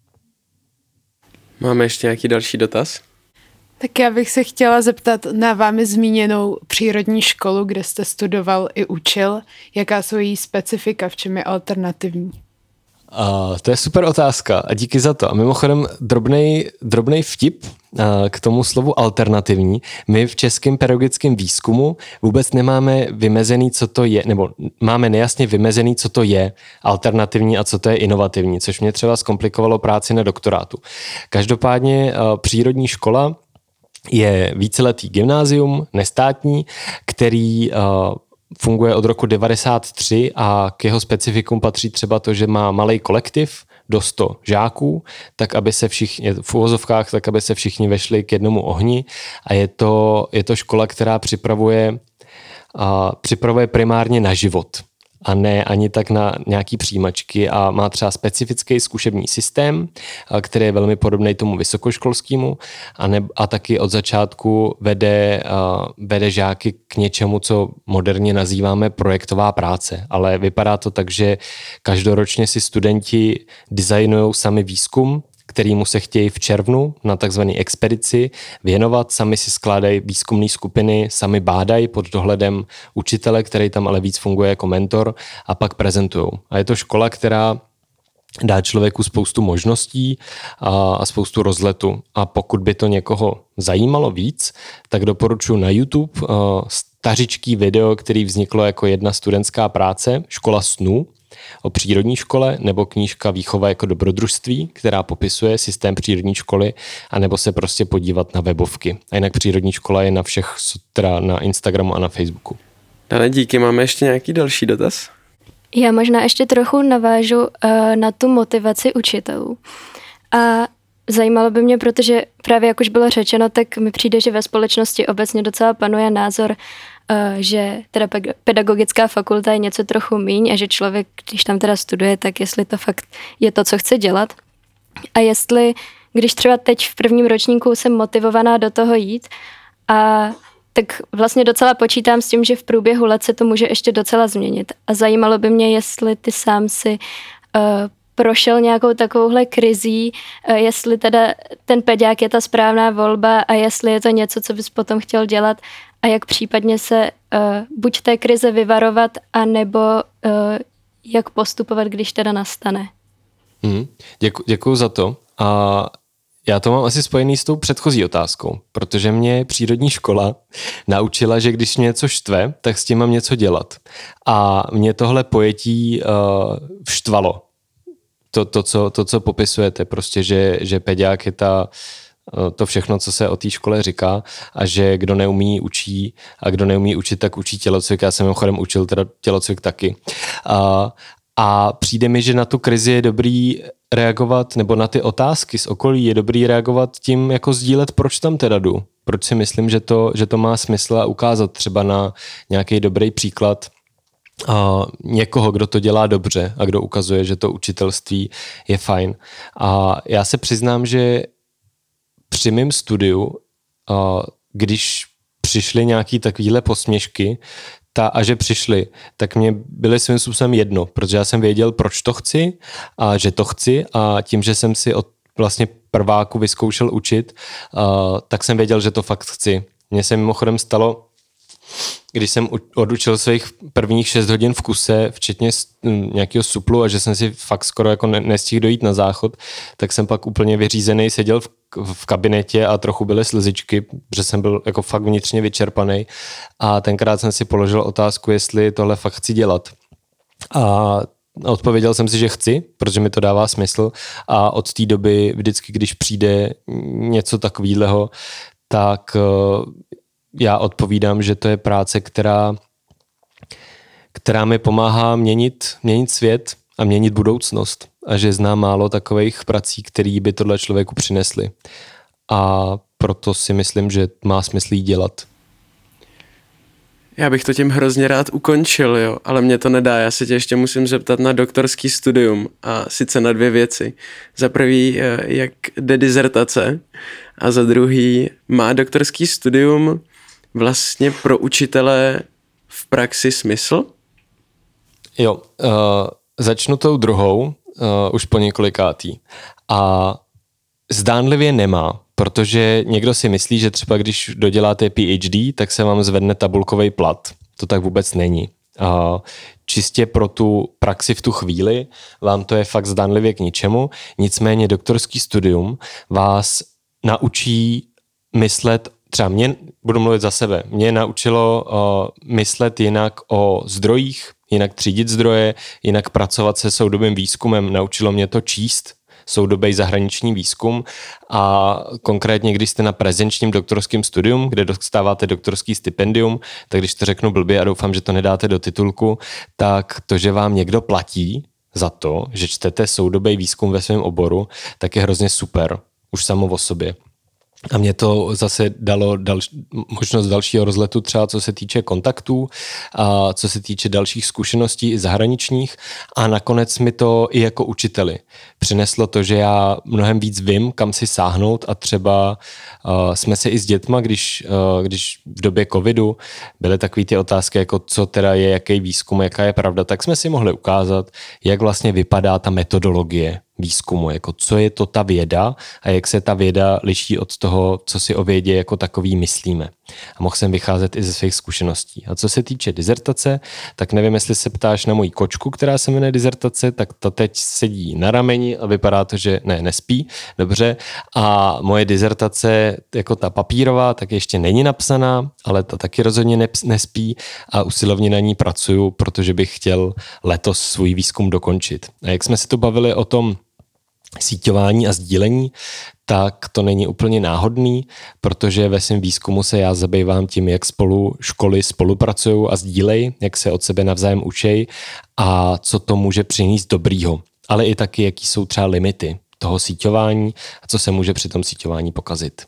Máme ještě nějaký další dotaz? Tak já bych se chtěla zeptat na vámi zmíněnou přírodní školu, kde jste studoval i učil. Jaká jsou její specifika, v čem je alternativní? A to je super otázka a díky za to. A mimochodem drobnej, drobnej vtip k tomu slovu alternativní. My v českém pedagogickém výzkumu vůbec nemáme vymezený, co to je, nebo máme nejasně vymezený, co to je alternativní a co to je inovativní, což mě třeba zkomplikovalo práci na doktorátu. Každopádně přírodní škola je víceletý gymnázium, nestátní, který funguje od roku devadesát tři a k jeho specifikům patří třeba to, že má malej kolektiv do sto žáků, tak aby se všichni, v uvozovkách, tak aby se všichni vešli k jednomu ohni a je to, je to škola, která připravuje, a připravuje primárně na život a ne ani tak na nějaký přijímačky a má třeba specifický zkušební systém, který je velmi podobný tomu vysokoškolskému a, ne, a taky od začátku vede, vede žáky k něčemu, co moderně nazýváme projektová práce, ale vypadá to tak, že každoročně si studenti designují sami výzkum, kterýmu se chtějí v červnu na takzvané expedici věnovat. Sami si skládají výzkumné skupiny, sami bádají pod dohledem učitele, který tam ale víc funguje jako mentor a pak prezentujou. A je to škola, která dá člověku spoustu možností a, a spoustu rozletu. A pokud by to někoho zajímalo víc, tak doporučuji na YouTube uh, stařičký video, který vzniklo jako jedna studentská práce, Škola snů, o přírodní škole, nebo knížka Výchova jako dobrodružství, která popisuje systém přírodní školy, anebo se prostě podívat na webovky. A jinak přírodní škola je na všech, teda na Instagramu a na Facebooku. Dane, díky. Máme ještě nějaký další dotaz? Já možná ještě trochu navážu uh, na tu motivaci učitelů. A zajímalo by mě, protože právě jak už bylo řečeno, tak mi přijde, že ve společnosti obecně docela panuje názor, že teda pedagogická fakulta je něco trochu míň a že člověk, když tam teda studuje, tak jestli to fakt je to, co chce dělat. A jestli, když třeba teď v prvním ročníku jsem motivovaná do toho jít, a tak vlastně docela počítám s tím, že v průběhu let se to může ještě docela změnit. A zajímalo by mě, jestli ty sám si uh, prošel nějakou takovouhle krizí, uh, jestli teda ten pedák je ta správná volba a jestli je to něco, co bys potom chtěl dělat, a jak případně se uh, buď té krize vyvarovat, anebo uh, jak postupovat, když teda nastane. Hmm, děku, děkuju za to. A já to mám asi spojený s tou předchozí otázkou, protože mě přírodní škola naučila, že když mě něco štve, tak s tím mám něco dělat. A mě tohle pojetí uh, vštvalo. To, to, co, to, co popisujete, prostě, že, že peďák je ta, to všechno, co se o té škole říká a že kdo neumí, učí a kdo neumí učit, tak učí tělocvik. Já jsem mimochodem učil teda tělocvik taky. A, a přijde mi, že na tu krizi je dobrý reagovat, nebo na ty otázky z okolí je dobrý reagovat tím, jako sdílet, proč tam teda jdu. Proč si myslím, že to, že to má smysl a ukázat třeba na nějaký dobrý příklad Uh, někoho, kdo to dělá dobře a kdo ukazuje, že to učitelství je fajn. A já se přiznám, že při mém studiu, uh, když přišly nějaký takovýhle posměšky ta, a že přišly, tak mě byly svým způsobem jedno, protože já jsem věděl, proč to chci a že to chci a tím, že jsem si od vlastně prváku vyzkoušel učit, uh, tak jsem věděl, že to fakt chci. Mně se mimochodem stalo, když jsem odučil svých prvních šest hodin v kuse, včetně nějakého suplu a že jsem si fakt skoro jako nestihl dojít na záchod, tak jsem pak úplně vyřízený seděl v, v kabinetě a trochu byly slzičky, protože jsem byl jako fakt vnitřně vyčerpaný a tenkrát jsem si položil otázku, jestli tohle fakt chci dělat. A odpověděl jsem si, že chci, protože mi to dává smysl a od té doby vždycky, když přijde něco takového, tak já odpovídám, že to je práce, která, která mi pomáhá měnit, měnit svět a měnit budoucnost. A že znám málo takových prací, které by tohle člověku přinesly. A proto si myslím, že má smysl jí dělat. Já bych to tím hrozně rád ukončil, jo, ale mě to nedá. Já se tě ještě musím zeptat na doktorský studium a sice na dvě věci. Za prvý, jak jde dizertace a za druhý, má doktorský studium vlastně pro učitele v praxi smysl? Jo, uh, začnu tou druhou, uh, už po několikátý. A zdánlivě nemá, protože někdo si myslí, že třeba když doděláte PhD, tak se vám zvedne tabulkový plat. To tak vůbec není. Uh, čistě pro tu praxi v tu chvíli vám to je fakt zdánlivě k ničemu, nicméně doktorský studium vás naučí myslet, třeba mě, budu mluvit za sebe, mě naučilo uh, myslet jinak o zdrojích, jinak třídit zdroje, jinak pracovat se soudobým výzkumem, naučilo mě to číst soudobý zahraniční výzkum a konkrétně, když jste na prezenčním doktorském studium, kde dostáváte doktorský stipendium, tak když to řeknu blbě a doufám, že to nedáte do titulku, tak to, že vám někdo platí za to, že čtete soudobý výzkum ve svém oboru, tak je hrozně super, už samo o sobě. A mě to zase dalo dal, možnost dalšího rozletu třeba co se týče kontaktů, a co se týče dalších zkušeností i zahraničních a nakonec mi to i jako učiteli přineslo to, že já mnohem víc vím, kam si sáhnout a třeba uh, jsme se i s dětma, když, uh, když v době covidu byly takové ty otázky, jako co teda je, jaký výzkum, jaká je pravda, tak jsme si mohli ukázat, jak vlastně vypadá ta metodologie výzkumu, jako co je to ta věda a jak se ta věda liší od toho, co si o vědě jako takový myslíme. A mohl jsem vycházet i ze svých zkušeností. A co se týče dizertace, tak nevím, jestli se ptáš na moji kočku, která se jmenuje dizertace, tak ta teď sedí na rameni a vypadá to, že ne, nespí, dobře. A moje dizertace, jako ta papírová, tak ještě není napsaná, ale ta taky rozhodně nespí a usilovně na ní pracuju, protože bych chtěl letos svůj výzkum dokončit. A jak jsme se to bavili o tom síťování a sdílení, tak to není úplně náhodný, protože ve svém výzkumu se já zabývám tím, jak spolu školy spolupracují a sdílejí, jak se od sebe navzájem učej a co to může přinést dobrýho. Ale i taky, jaký jsou třeba limity toho síťování a co se může při tom síťování pokazit.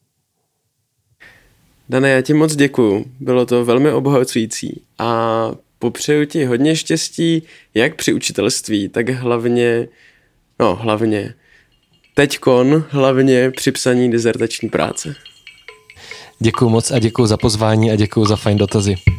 Dane, já ti moc děkuju. Bylo to velmi obohacující a popřeju ti hodně štěstí, jak při učitelství, tak hlavně No, hlavně. Teďkon, hlavně při psaní dizertační práce. Děkuju moc a děkuju za pozvání a děkuju za fajn dotazy.